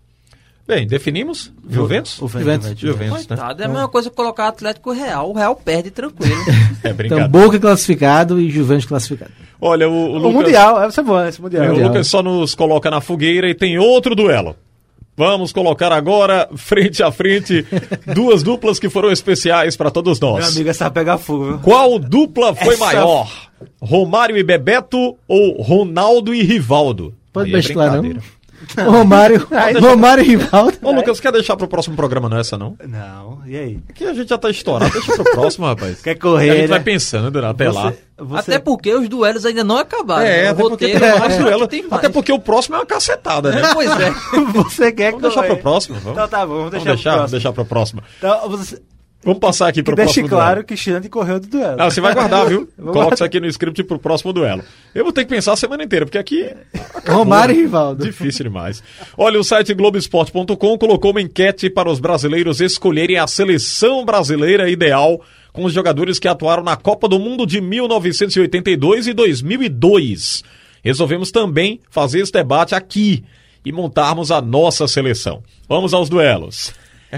Bem, definimos? Juventus? O Juventus. Juventus, né? Coitado, é a mesma coisa que colocar Atlético e Real. O Real perde tranquilo. É Então, brincadeira. Boca classificado e Juventus classificado. Olha, o O Lucas... Mundial, essa é boa, esse Mundial. O Mundial. Lucas só nos coloca na fogueira e tem outro duelo. Vamos colocar agora, frente a frente, duas duplas que foram especiais para todos Meu nós. amigo, essa pega fogo, viu? Qual dupla foi Essa- maior? Romário e Bebeto ou Ronaldo e Rivaldo? Pode Aí é bestilar, não. brincadeira. Romário e Rivaldo. Ô, Lucas, quer deixar pro próximo programa não essa, não? Não, e aí? Aqui a gente já tá estourado, deixa pro próximo, rapaz. Quer correr, A gente né? vai pensando até lá. Até porque os duelos ainda não acabaram. É, O até porque roteiro, tem mais mas duelo. tem mais. Até porque o próximo é uma cacetada, né? Pois é. Você quer Vamos deixar pro próximo, vamos. Então tá bom, vamos Vamos deixar pro próximo. deixar pro próximo. Então, você... Vamos passar aqui Que pro deixe próximo claro duelo. que Xande correu do duelo. Não, você vai guardar, viu? Vou Coloca isso aqui no script pro próximo duelo. Eu vou ter que pensar a semana inteira, porque aqui Romário e Rivaldo. difícil demais. Olha, o site Globoesporte.com colocou uma enquete para os brasileiros escolherem a seleção brasileira ideal com os jogadores que atuaram na Copa do Mundo de 1982 e 2002. Resolvemos também fazer esse debate aqui e montarmos a nossa seleção. Vamos aos duelos.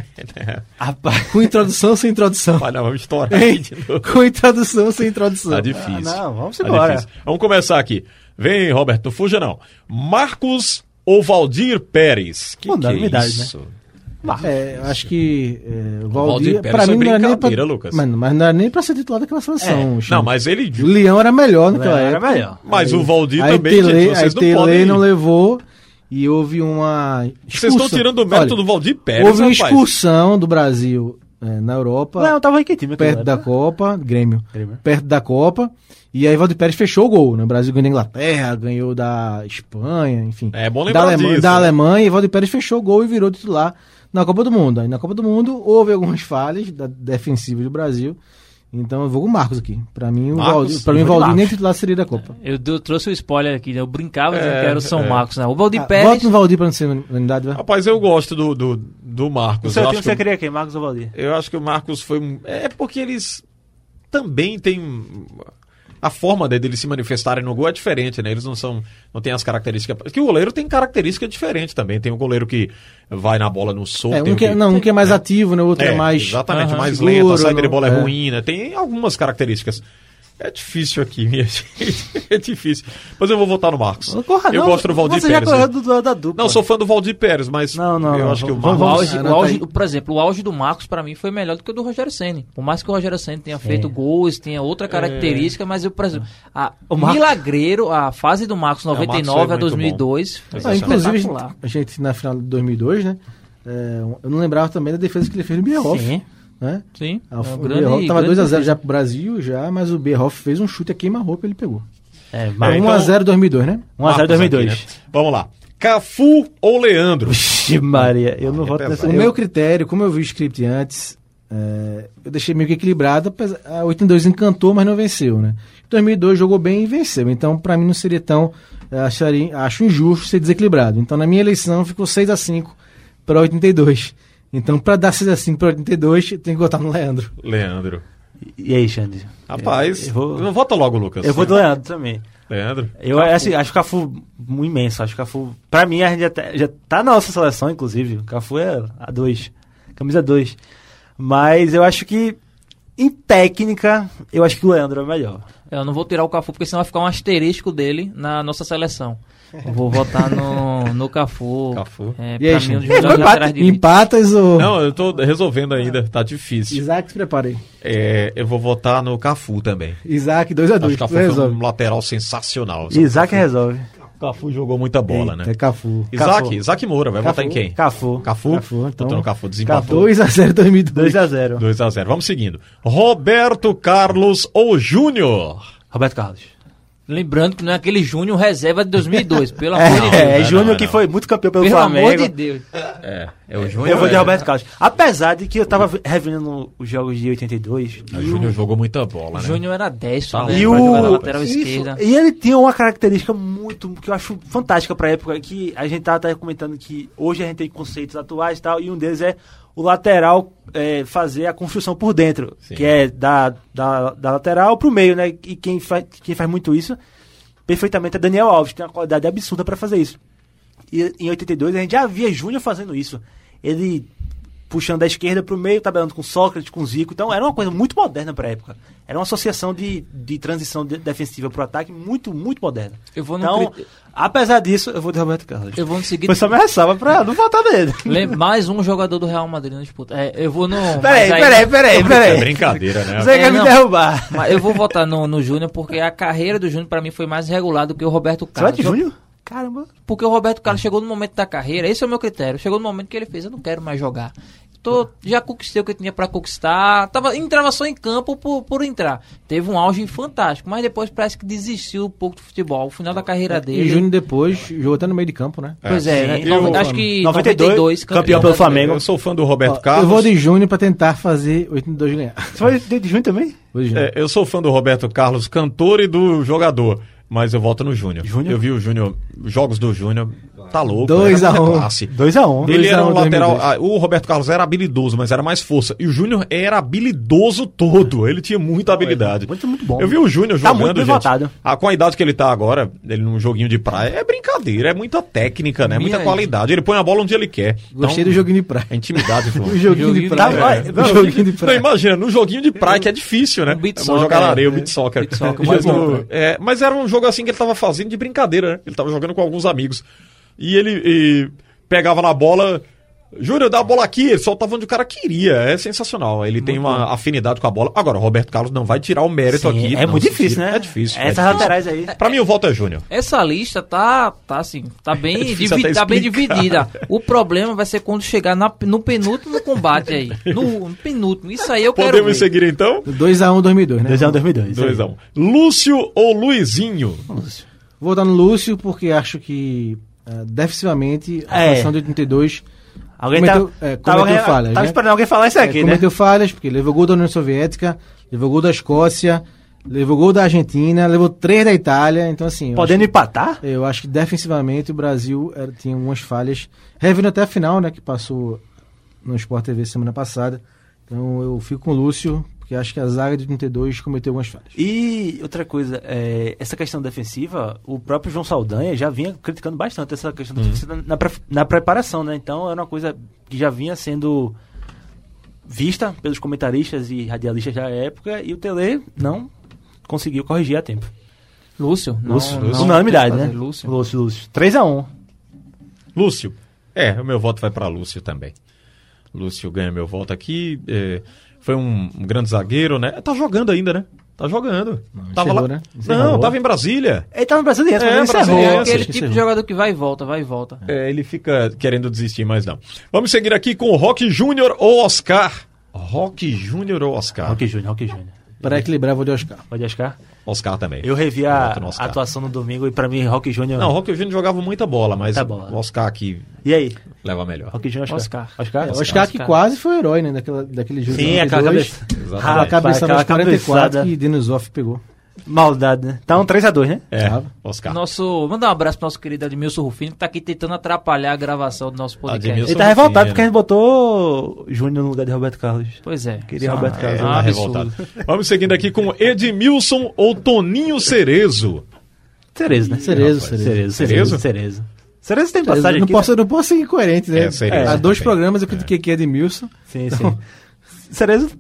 Com introdução ou sem introdução? Olha, vamos estourar aqui de novo. Com introdução ou sem introdução? Tá difícil. Não, vamos Tá embora. difícil. Vamos começar aqui. Vem, Roberto, não fuja não. Marcos ou Valdir Pérez? Que Unanimidade, é isso? Eu acho que o Valdir Valdir, Pérez pra foi mim, não era nem brincadeira, pra... Lucas. Mas não era nem pra ser titular daquela seleção. Não, mas ele... O Leão era melhor naquela Era época. melhor. Mas o Valdir Aí também, gente, vocês não Tele podem... não levou e houve uma Vocês estão tirando o mérito do Valdir Pérez, Houve uma rapaz. expulsão do Brasil na Europa, Não, tava em que time? perto da Copa, Grêmio, perto da Copa, e aí Valdir Pérez fechou o gol, né? O Brasil ganhou da Inglaterra, ganhou da Espanha, enfim. É bom lembrar disso, da né? Alemanha, e Valdir Pérez fechou o gol e virou titular na Copa do Mundo. Aí na Copa do Mundo houve algumas falhas da defensiva do Brasil. Então eu vou com o Marcos aqui. Pra mim, o Marcos? Valdir nem titular seria da Copa. Eu trouxe o spoiler aqui, né? Eu brincava dizendo que era o São Marcos, né? O Valdir Vota Pérez. no Valdir pra não ser unidade, vai. Rapaz, eu gosto do Marcos. O seu Eu time acho que você queria quem? Marcos ou Valdir? Eu acho que o Marcos foi um... É porque eles também têm... A forma deles se manifestarem no gol é diferente, né? Eles não têm as características... Porque o goleiro tem característica diferente também. Tem um goleiro que vai na bola no soco. tem Um que é mais ativo, né? O outro é mais... Exatamente, mais seguro, lento, a saída de não- bola é é. ruim, né? Tem algumas características. É difícil aqui, minha gente. É difícil. Mas eu vou votar no Marcos. Eu gosto do Valdir Você Pérez. já correu né? do duelo da dupla. Não, sou fã do Valdir Pérez, mas Não, eu acho que o vamos- Marcos... O auge, por exemplo, o auge do Marcos pra mim foi melhor do que o do Rogério Ceni. Por mais que o Rogério Ceni tenha feito gols, tenha outra característica, mas eu, por exemplo, o Milagreiro, a fase do Marcos Marcos 99 foi a 2002, Ah, foi inclusive, espetacular. a gente na final de 2002, né? Eu não lembrava também da defesa que ele fez no Bierhoff. Sim. Né? Sim, O é um Bierhoff tava grande 2x0 defesa. já pro Brasil, mas o Bierhoff fez um chute a queima-roupa e ele pegou. É, Bem, 1x0 2002, né? 1x0 Marcos 2002. aqui, né? Vamos lá. Cafu ou Leandro? Vixe, Maria, eu não voto pesado. nessa. O meu critério, como eu vi o script antes, eu deixei meio que equilibrado. A 82 encantou, mas não venceu, né? 2002 jogou bem e venceu. Então, pra mim, não seria tão... Acho injusto ser desequilibrado. Então, na minha eleição, ficou 6x5 para 82. Então, pra dar 6x5 para 82, tem que votar no Leandro. Leandro. E aí, Xande? Rapaz, Eu vou- não vota logo, Lucas. Eu vou do Leandro também. Leandro. Eu assim, acho o Cafu muito imenso. Acho o Cafu. Pra mim, a gente já tá na nossa seleção, inclusive. O Cafu é a 2. Camisa 2. Mas eu acho que, em técnica, eu acho que o Leandro é melhor. Eu não vou tirar o Cafu, porque senão vai ficar um asterisco dele na nossa seleção. Eu vou votar no Cafu. Cafu. É, E aí, pra mim, um dos melhores laterais de empatas ou... Não, eu tô resolvendo ainda, tá difícil. Isaac, se prepare aí. Eu vou votar no Cafu também. Isaac, Acho 2x2. que o Cafu foi um lateral sensacional. Isaac resolve. O Cafu jogou muita bola, né? É Cafu. Isaac Moura, vai votar em quem? Cafu. Cafu? Então, Votou no Cafu, desempatou. 2x0 2002. 2x0. 2x0. Vamos seguindo. Roberto Carlos ou Júnior? Roberto Carlos. Lembrando que não é aquele Júnior reserva de 2002, pelo amor de Deus. É, não, Júnior não. que foi muito campeão pelo Pelo Flamengo. amor de Deus. É o Júnior. Eu vou de Roberto Carlos. Apesar de que eu tava revendo os jogos de 82. O Júnior jogou muita bola, O né? Júnior era 10, Tá né? E Pra jogar na o lateral isso, esquerda. E ele tinha uma característica muito que eu acho fantástica pra época, que a gente tá até comentando que hoje a gente tem conceitos atuais e tal, e um deles é o lateral fazer a construção por dentro, Sim. que é da lateral pro meio, né? E quem faz muito isso perfeitamente é Daniel Alves, tem uma qualidade absurda pra fazer isso. E em 82 a gente já via Júnior fazendo isso. Ele puxando da esquerda pro meio, tabelando com Sócrates, com Zico. Então era uma coisa muito moderna pra época. Era uma associação de transição defensiva pro ataque muito, muito moderna. Eu vou no Então, apesar disso, eu vou de Roberto Carlos. Eu vou no seguinte. Foi só me ressalva pra não votar nele. Mais um jogador do Real Madrid na disputa. Eu vou no. Peraí. É brincadeira, né? Você quer me não. derrubar. Mas eu vou votar no Júnior porque a carreira do Júnior pra mim foi mais regular do que o Roberto Você vai Carlos. de Júnior? Caramba. Porque o Roberto Carlos chegou no momento da carreira, esse é o meu critério, chegou no momento que ele fez, eu não quero mais jogar. Já conquistei o que eu tinha pra conquistar, entrava só em campo por entrar. Teve um auge fantástico, mas depois parece que desistiu um pouco do futebol. O final da carreira dele. E Júnior depois jogou até no meio de campo, né? Pois né? Acho que 92 campeão pelo Flamengo. Eu sou fã do Roberto Carlos. Eu vou de Júnior pra tentar fazer 82 ganhar. Você vai de Júnior também? Vou de Júnior. Eu sou fã do Roberto Carlos, cantor e do jogador. Mas eu voto no Júnior. Eu vi o Júnior, jogos do Júnior, tá louco. 2-1. 2-1. Ele era um lateral. O Roberto Carlos era habilidoso, mas era mais força. E o Júnior era habilidoso todo. Ele tinha muita habilidade. Muito bom. Eu vi o Júnior Tá jogando, muito bem gente. votado. Com a idade que ele tá agora, ele num joguinho de praia, é brincadeira, é muita técnica, né? Muita qualidade. Ele põe a bola onde ele quer. Gostei do joguinho de praia. É intimidade, João. O joguinho de praia. Não, O joguinho de Não, praia. imagina, no joguinho de praia, que é difícil, né? beat Vamos jogar soccer, na areia, o beat soccer. Beat soccer, Mas, mas mas era um jogo assim que ele tava fazendo de brincadeira, né? Ele tava jogando com alguns amigos. E ele pegava na bola. Júnior, dá a bola aqui, ele soltava onde o cara queria. É sensacional. Ele tem uma afinidade com a bola. Agora, o Roberto Carlos não vai tirar o mérito aqui. É muito difícil, né? É difícil. Essas laterais aí. Pra mim, o voto é Júnior. Essa lista tá bem, difícil até tá bem explicar. dividida. O problema vai ser quando chegar no penúltimo combate aí. No penúltimo. Isso aí eu quero ver. Podemos seguir então? 2-1 2002, né? 2-1 2002. 2-1. Lúcio ou Luizinho? Vou dar no Lúcio porque acho que defensivamente a seleção de 82 Alguém cometeu falhas. Tava né? esperando alguém falar isso aqui, né? Cometeu falhas porque levou gol da União Soviética, levou gol da Escócia, levou gol da Argentina, levou 3 da Itália. Então, assim. Podendo empatar? Eu acho que defensivamente o Brasil tinha algumas falhas. Revindo até a final, né? Que passou no Sport TV semana passada. Então eu fico com o Lúcio, porque acho que a zaga de 32 cometeu algumas falhas. E outra coisa, essa questão defensiva, o próprio João Saldanha já vinha criticando bastante essa questão defensiva na preparação, né? Então era uma coisa que já vinha sendo vista pelos comentaristas e radialistas da época, e o Tele não conseguiu corrigir a tempo. Lúcio. Unanimidade, né? Lúcio. 3-1. Lúcio. O meu voto vai pra Lúcio também. Lúcio ganha meu voto aqui. Foi um grande zagueiro, né? Tá jogando ainda, né? Tá jogando. Tava lá. Né? Não, tava em Brasília. Ele tá no Brasiliense, mas ele Brasiliense. encerrou. Aquele tipo de jogador que vai e volta. Ele fica querendo desistir, mas não. Vamos seguir aqui com o Roque Júnior ou Oscar. Roque Júnior ou Oscar? Roque Júnior. Para equilibrar, vou de Oscar. Pode Oscar? Oscar também. Eu revi a atuação no domingo e pra mim Roque Júnior... Não, o Roque Júnior jogava muita bola, mas bola. o Oscar aqui E aí? leva melhor. Roque Júnior Oscar. Oscar que quase foi o herói, né? Daquele jogo. Sim, aquela cabeça. Aquela cabeçada aos 44 que Denisov pegou. Maldade, né? Tá um 3-2, né? Oscar. Mandar um abraço pro nosso querido Admilson Rufino, que tá aqui tentando atrapalhar a gravação do nosso podcast. Admilson Ele tá revoltado porque a gente botou Júnior no lugar de Roberto Carlos. Pois é. Queria Roberto Carlos. Tá revoltado. Vamos seguindo aqui com Edmilson ou Toninho Cerezo. Cerezo, né? Cerezo. Cerezo tem passagem aqui. Não posso ser incoerente, né? Cerezo Há 2 também. programas eu critiquei que é Edmilson. Sim. Cerezo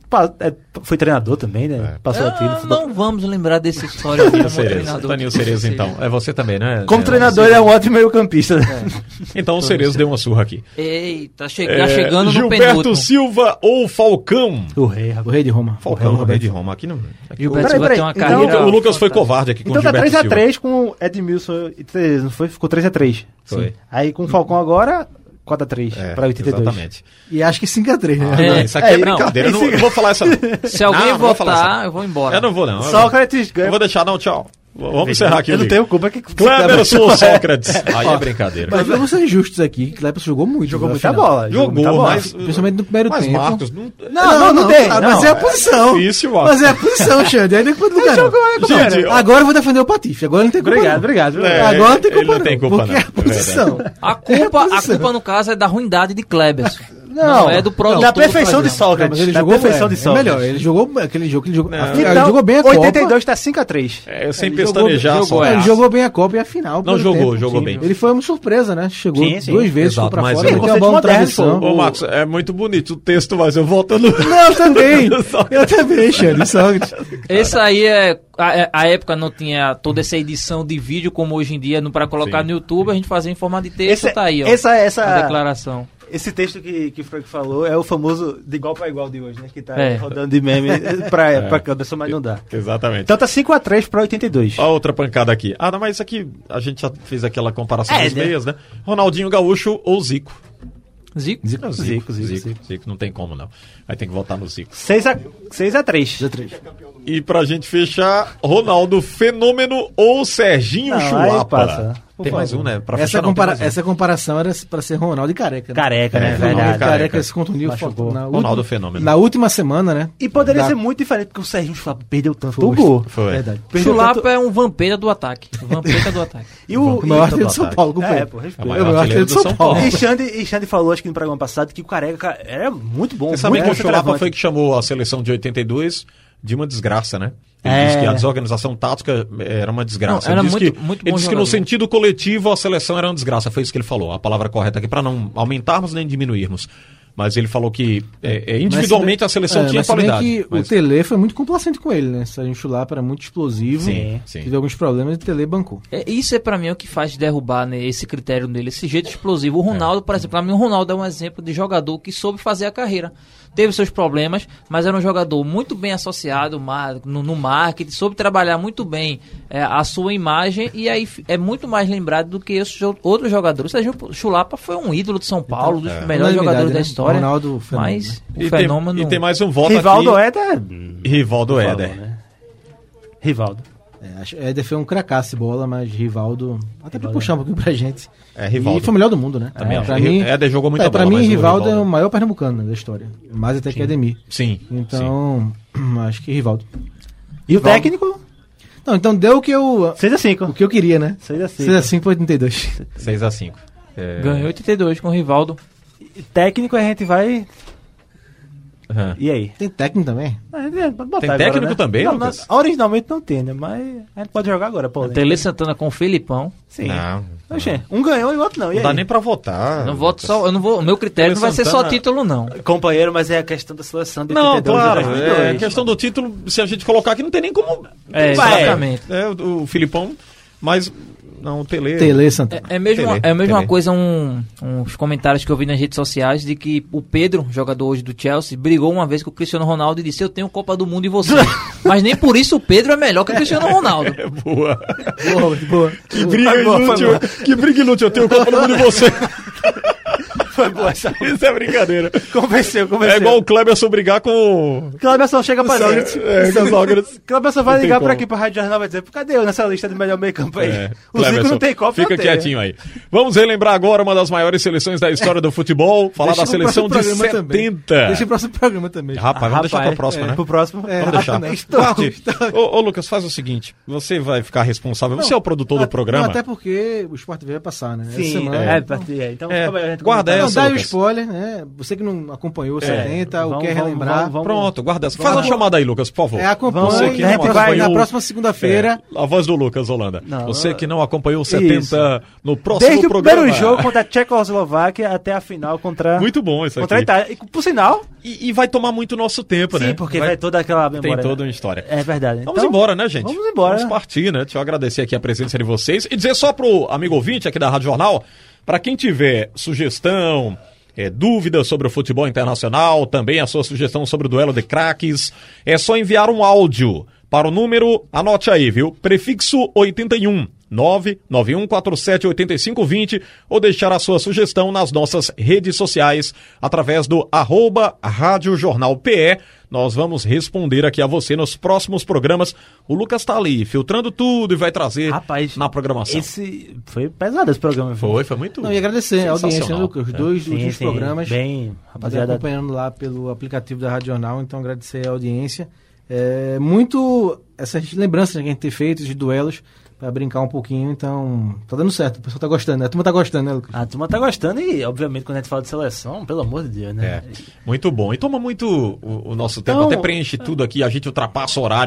foi treinador também, né? Passou aqui no futebol. Não vamos lembrar dessa história como treinador. Toninho Cerezo, então. É você também, né? Como treinador, ele é um ótimo meio-campista. Então o Cerezo deu uma surra aqui. Eita, chegando no Gilberto penúltimo. Silva ou Falcão? O rei de Roma. Falcão, o rei de Roma. Aqui não. Gilberto Silva tem uma Então, carreira... O Lucas foi covarde aqui com Então o tá Gilberto 3x3 Silva. com Edmilson e Cerezo, não foi? Ficou 3x3. Foi. Aí com o Falcão agora, 4x3 para 82. Exatamente. E acho que 5x3, né? Não, isso aqui é brincadeira. Eu não vou falar essa. Se alguém Não vou falar votar, eu vou embora. Eu não vou, não. Sócrates Eu ganha. vou deixar, não, tchau. Vamos encerrar aqui. Eu não tenho culpa que Cleberson ou Sócrates? Aí é brincadeira. Mas vamos ser justos aqui, que Cleberson jogou muito. Jogou na muita final. bola. Jogou, mas. Principalmente no primeiro Mas, tempo. Marcos, não. Não tem. Mas é a posição. Difícil, Marcos. Mas é a posição, Xande. Aí depois do cara. Gente, Agora eu vou defender o Patife. Agora não tem culpa. Obrigado. Agora não tem ele culpa. não tem culpa, porque não. é a posição. A culpa, no caso, é da ruindade de Kleberson. Não, é do produto. da perfeição de Mas Sócrates. ele Da jogou perfeição de é Sócrates. melhor. Ele jogou aquele jogo que ele jogou. Ele Então, jogou bem a Copa. 82 tá 5x3. Sem Ele pestanejar só. Ele jogou bem a Copa e a final. Não, pelo jogou tempo. bem. Ele foi uma surpresa, né? Chegou Sim. 2 vezes, Exato, foi pra mas fora, ele meteu a bola na moderno, transição. Ô, Marcos, é muito bonito o texto, mas eu volto no. Não, também. Eu também, Xande. Sócrates. Esse aí a época não tinha toda essa edição de vídeo como hoje em dia para colocar no YouTube, a gente fazia em formato de texto, tá aí, ó. A Essa declaração. Esse texto que o Frank falou é o famoso de igual para igual de hoje, né? Que tá rodando de meme pra Cleberson, mas não dá. Exatamente. Então tá 5-3 pra 82. Olha a outra pancada aqui. Não, mas isso aqui a gente já fez aquela comparação dos meias, né? Ronaldinho Gaúcho ou Zico? Zico? Zico. Não tem como, não. Aí tem que votar no Zico. 6-3. E pra gente fechar, Ronaldo Fenômeno ou Serginho Chulapa? Tem mais um, né? Pra fechar, essa comparação era pra ser Ronaldo e Careca. Né? Careca, né? Verdade. Careca se contundiu. Ronaldo Fenômeno. Na última semana, né? E poderia ser muito diferente, porque o Serginho Chulapa perdeu tanto gol. Foi. Verdade. Chulapa é um vampeta do ataque. E o maior artilheiro de São Paulo, respeito. É o maior artilheiro de São Paulo. E Xande falou, acho que no programa passado, que o Careca era muito bom. Você sabe que o Chulapa foi que chamou a seleção de 82 de uma desgraça, né? Ele disse que a desorganização tática era uma desgraça. Não, ele disse muito que no sentido coletivo a seleção era uma desgraça. Foi isso que ele falou. A palavra correta aqui, para não aumentarmos nem diminuirmos. Mas ele falou que individualmente a seleção tinha qualidade. Que o Tele foi muito complacente com ele, né? Serginho Chulapa era muito explosivo. Sim. Teve alguns problemas e o Tele bancou. Isso é pra mim o que faz derrubar, né, esse critério dele, esse jeito explosivo. O Ronaldo, por exemplo, pra mim o Ronaldo é um exemplo de jogador que soube fazer a carreira. Teve seus problemas, mas era um jogador muito bem associado no marketing, soube trabalhar muito bem a sua imagem, e aí é muito mais lembrado do que esses outros jogadores. O Serginho Chulapa foi um ídolo de São Paulo, dos melhores jogadores da história. Ronaldo, mas o fenômeno... E tem mais um voto Rivaldo aqui. Rivaldo Éder. Né? Rivaldo. Acho que Éder foi um cracaço de bola, mas Rivaldo, até pra puxar um pouquinho pra gente. Rivaldo. E foi o melhor do mundo, né? Também pra mim, Éder jogou muita bola. Pra mim, Rivaldo é o maior pernambucano da história. Mais até que Ademir. Sim. Então, acho que Rivaldo. E o técnico? Não, então deu o que eu... 6-5. O que eu queria, né? 6-5 para 82. 6-5. Ganhou 82 com o Rivaldo. Técnico a gente vai... E aí? Tem técnico também? Tem técnico também, Lucas? Originalmente não tem, né? Mas a gente pode jogar agora, pô. Tele Santana com o Felipão. Sim. Um ganhou e o outro não. Não dá nem pra votar. Não voto só, eu não vou, o meu critério não vai ser só título, não. Companheiro, mas é a questão da seleção de 82. Não, claro. É a questão do título, se a gente colocar aqui, não tem nem como. Exatamente. O Filipão, mas. Não, o Tele Santana. É a mesma coisa uns comentários que eu vi nas redes sociais de que o Pedro, jogador hoje do Chelsea, brigou uma vez com o Cristiano Ronaldo e disse: eu tenho Copa do Mundo e você. Mas nem por isso o Pedro é melhor que o Cristiano Ronaldo. Boa. Que briga inútil, eu tenho Copa do Mundo e você. Foi boa essa. Isso é brincadeira. Convenceu. É igual o Cleberson brigar com o... Cleberson chega pra gente. Cleberson vai Não ligar tem pra aqui pra Rádio Jornal e vai dizer: cadê eu nessa lista do melhor meio campo aí? O Cleberson, Zico não tem Copa. Fica quietinho aí. Vamos relembrar agora uma das maiores seleções da história do futebol. Falar da seleção de 70. Deixa o próximo programa também. Rapaz, vamos deixar pro próximo, né? Pro próximo. Vamos deixar. Ô, Lucas, faz o seguinte. Você vai ficar responsável. Você é o produtor do programa. Até porque o Sport TV vai passar, né? Sim. Então, guarda essa, Dá o spoiler, né? Você que não acompanhou 70 ou quer relembrar. Pronto, guarda essa. Faz uma chamada aí, Lucas, por favor. Acompanhe. A gente vai na próxima segunda-feira. A voz do Lucas Holanda. Você que não acompanhou 70 no próximo Desde programa. Desde o primeiro jogo contra a Tchecoslováquia até a final contra... Muito bom isso aqui. Contra a Itália. E, por sinal... E vai tomar muito nosso tempo, né? Sim, porque vai toda aquela memória. Tem toda uma história. É verdade. Vamos embora, né, gente? Vamos embora. Vamos partir, né? Deixa eu agradecer aqui a presença de vocês. E dizer só pro amigo ouvinte aqui da Rádio Jornal, para quem tiver sugestão... dúvidas sobre o futebol internacional, também a sua sugestão sobre o duelo de craques, é só enviar um áudio para o número, anote aí, viu? Prefixo 81 991478520 ou deixar a sua sugestão nas nossas redes sociais através do @Rádio Jornal PE. Nós vamos responder aqui a você nos próximos programas. O Lucas tá ali, filtrando tudo e vai trazer na programação. Esse foi pesado esse programa. Foi muito. Não, e agradecer a audiência, né, Lucas? Os dois últimos programas. Bem, rapaziada, acompanhando lá pelo aplicativo da Rádio Jornal, então agradecer a audiência. Muito essas lembranças que a gente tem feito de duelos, pra brincar um pouquinho, então tá dando certo, o pessoal tá gostando, né? A turma tá gostando, né, Lucas? A turma tá gostando e, obviamente, quando a gente fala de seleção, pelo amor de Deus, né? Muito bom. E toma muito o nosso tempo, até preenche tudo aqui, a gente ultrapassa o horário.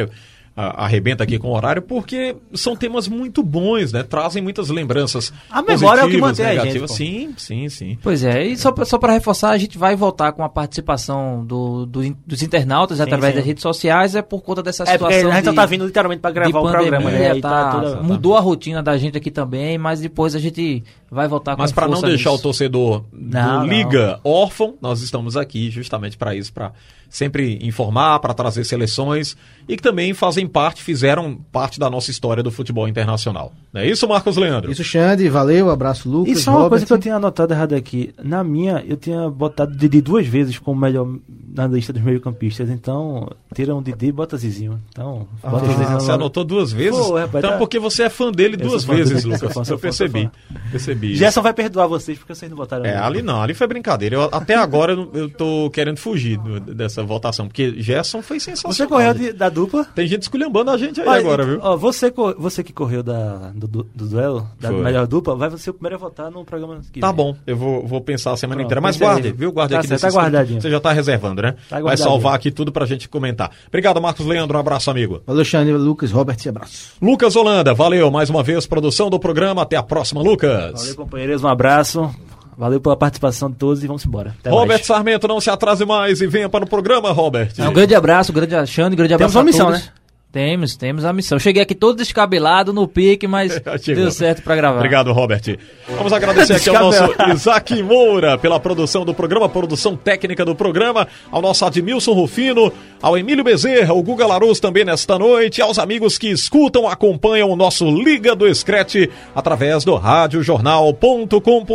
arrebenta aqui com o horário, porque são temas muito bons, né? Trazem muitas lembranças. A memória é o que mantém negativas. A gente, Sim. Pois é, e só para reforçar, a gente vai voltar com a participação dos internautas através das redes sociais, é por conta dessa situação. Porque a gente só tá vindo literalmente para gravar o programa, né? Mudou a rotina da gente aqui também, mas depois a gente vai voltar com Mas para não deixar nisso. o torcedor do Liga órfão, nós estamos aqui justamente para isso, para sempre informar, para trazer seleções e que também fizeram parte da nossa história do futebol internacional. Não é isso, Marcos Leandro? Isso, Xande, valeu, abraço, Lucas. E só uma coisa que eu tinha anotado errado aqui. Na minha, eu tinha botado Didi 2 vezes como melhor na lista dos meio-campistas. Então, tira um Didi e bota Zizinho. Então, você anotou 2 vezes? Pô, rapaz, então, porque você é fã dele 2 vezes, Lucas. Eu percebi. Gerson vai perdoar vocês porque vocês não votaram. Ali foi brincadeira. Até agora eu tô querendo fugir dessa votação, porque Gerson foi sensacional. Você correu da dupla? Tem gente esculhambando a gente aí agora, viu? Ó, você que correu do duelo, da melhor dupla, vai ser o primeiro a votar no programa que Tá vem. bom, eu vou pensar a semana inteira. Mas guarde, viu? Guarde aqui. Tá guardadinho. Você já tá reservando, né? Tá vai salvar aqui tudo pra gente comentar. Obrigado, Marcos Leandro. Um abraço, amigo. Valeu, Xande, Lucas, Robert, abraço. Lucas Holanda, valeu mais uma vez, produção do programa. Até a próxima, Lucas. Valeu, companheiros. Um abraço. Valeu pela participação de todos e vamos embora. Até Robert mais. Sarmento, não se atrase mais e venha para o programa, Robert. Um grande abraço, grande Alexandre, grande abraço Temos uma a missão, todos. Né? Temos a missão. Cheguei aqui todo descabelado no pique, mas deu certo pra gravar. Obrigado, Robert. Vamos agradecer aqui ao nosso Isaac Moura pela produção do programa, produção técnica do programa, ao nosso Admilson Rufino, ao Emílio Bezerra, ao Guga Larus também nesta noite, aos amigos que escutam, acompanham o nosso Liga do Scratch através do radiojornal.com.br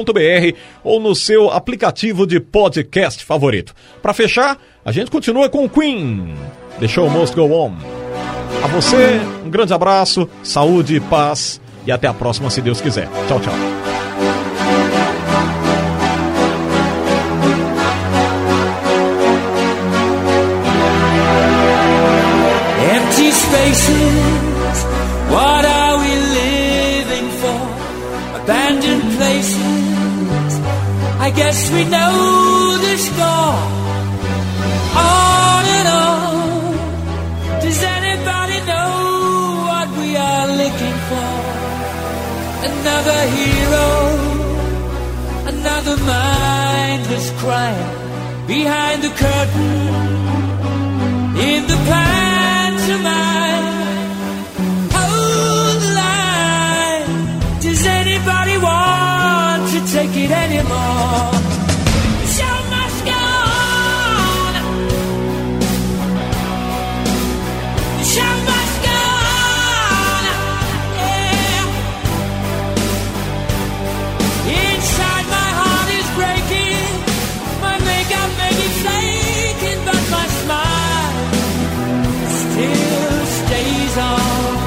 ou no seu aplicativo de podcast favorito. Para fechar, a gente continua com o Queen. The Show Must Go On. A você, um grande abraço, saúde, paz e até a próxima, se Deus quiser. Tchau, tchau. Empty spaces, what are we living for? Abandoned places, I guess we know the score. On and on, does anybody know what we are looking for? Another hero, another mindless crime behind the curtain, in the pantomime. Hold the line, does anybody want to take it anymore? The show must go on. The show must go on. Yeah. Inside my heart is breaking, my makeup may be flaking, but my smile still stays on.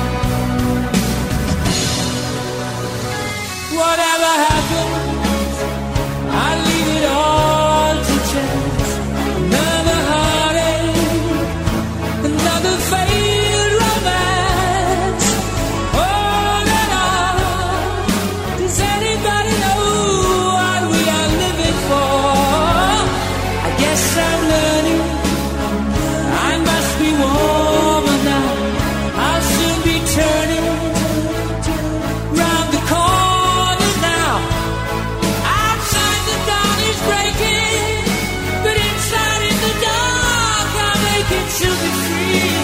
Whatever happens, I leave it all to chance. Another heartache, another failed romance. On and on, does anybody know what we are living for? I guess I'm learning, I must be warmer now. I'll soon be turning round the corner now. Outside the dawn is breaking, but inside in the dark I'm aching to be free.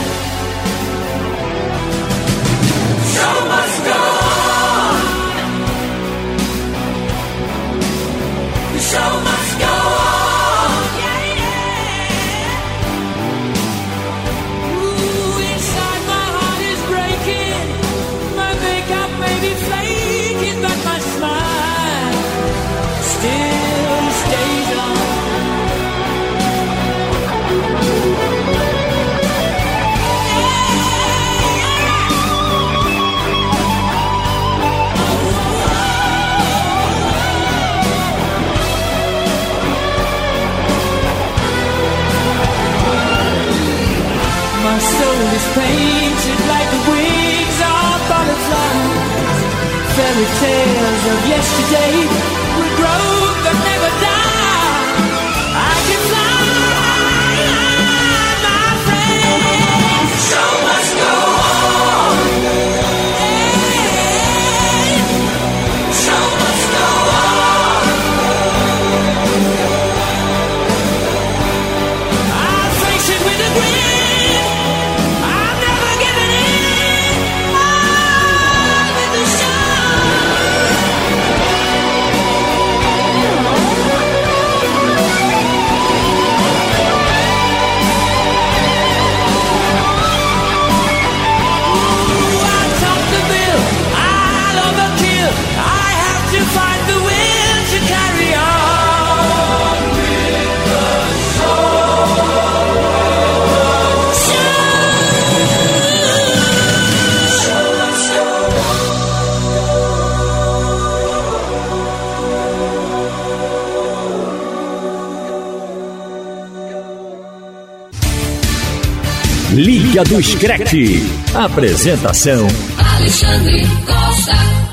Show must go on. The show must go on. Yeah, yeah. Ooh, inside my heart is breaking, my makeup may be flaking, but my smile still stays on. My soul is painted like the wings of butterflies. Fairy tales of yesterday will grow but never die. I can fly, my friend. Show must Liga do Screte. Apresentação: Alexandre Costa.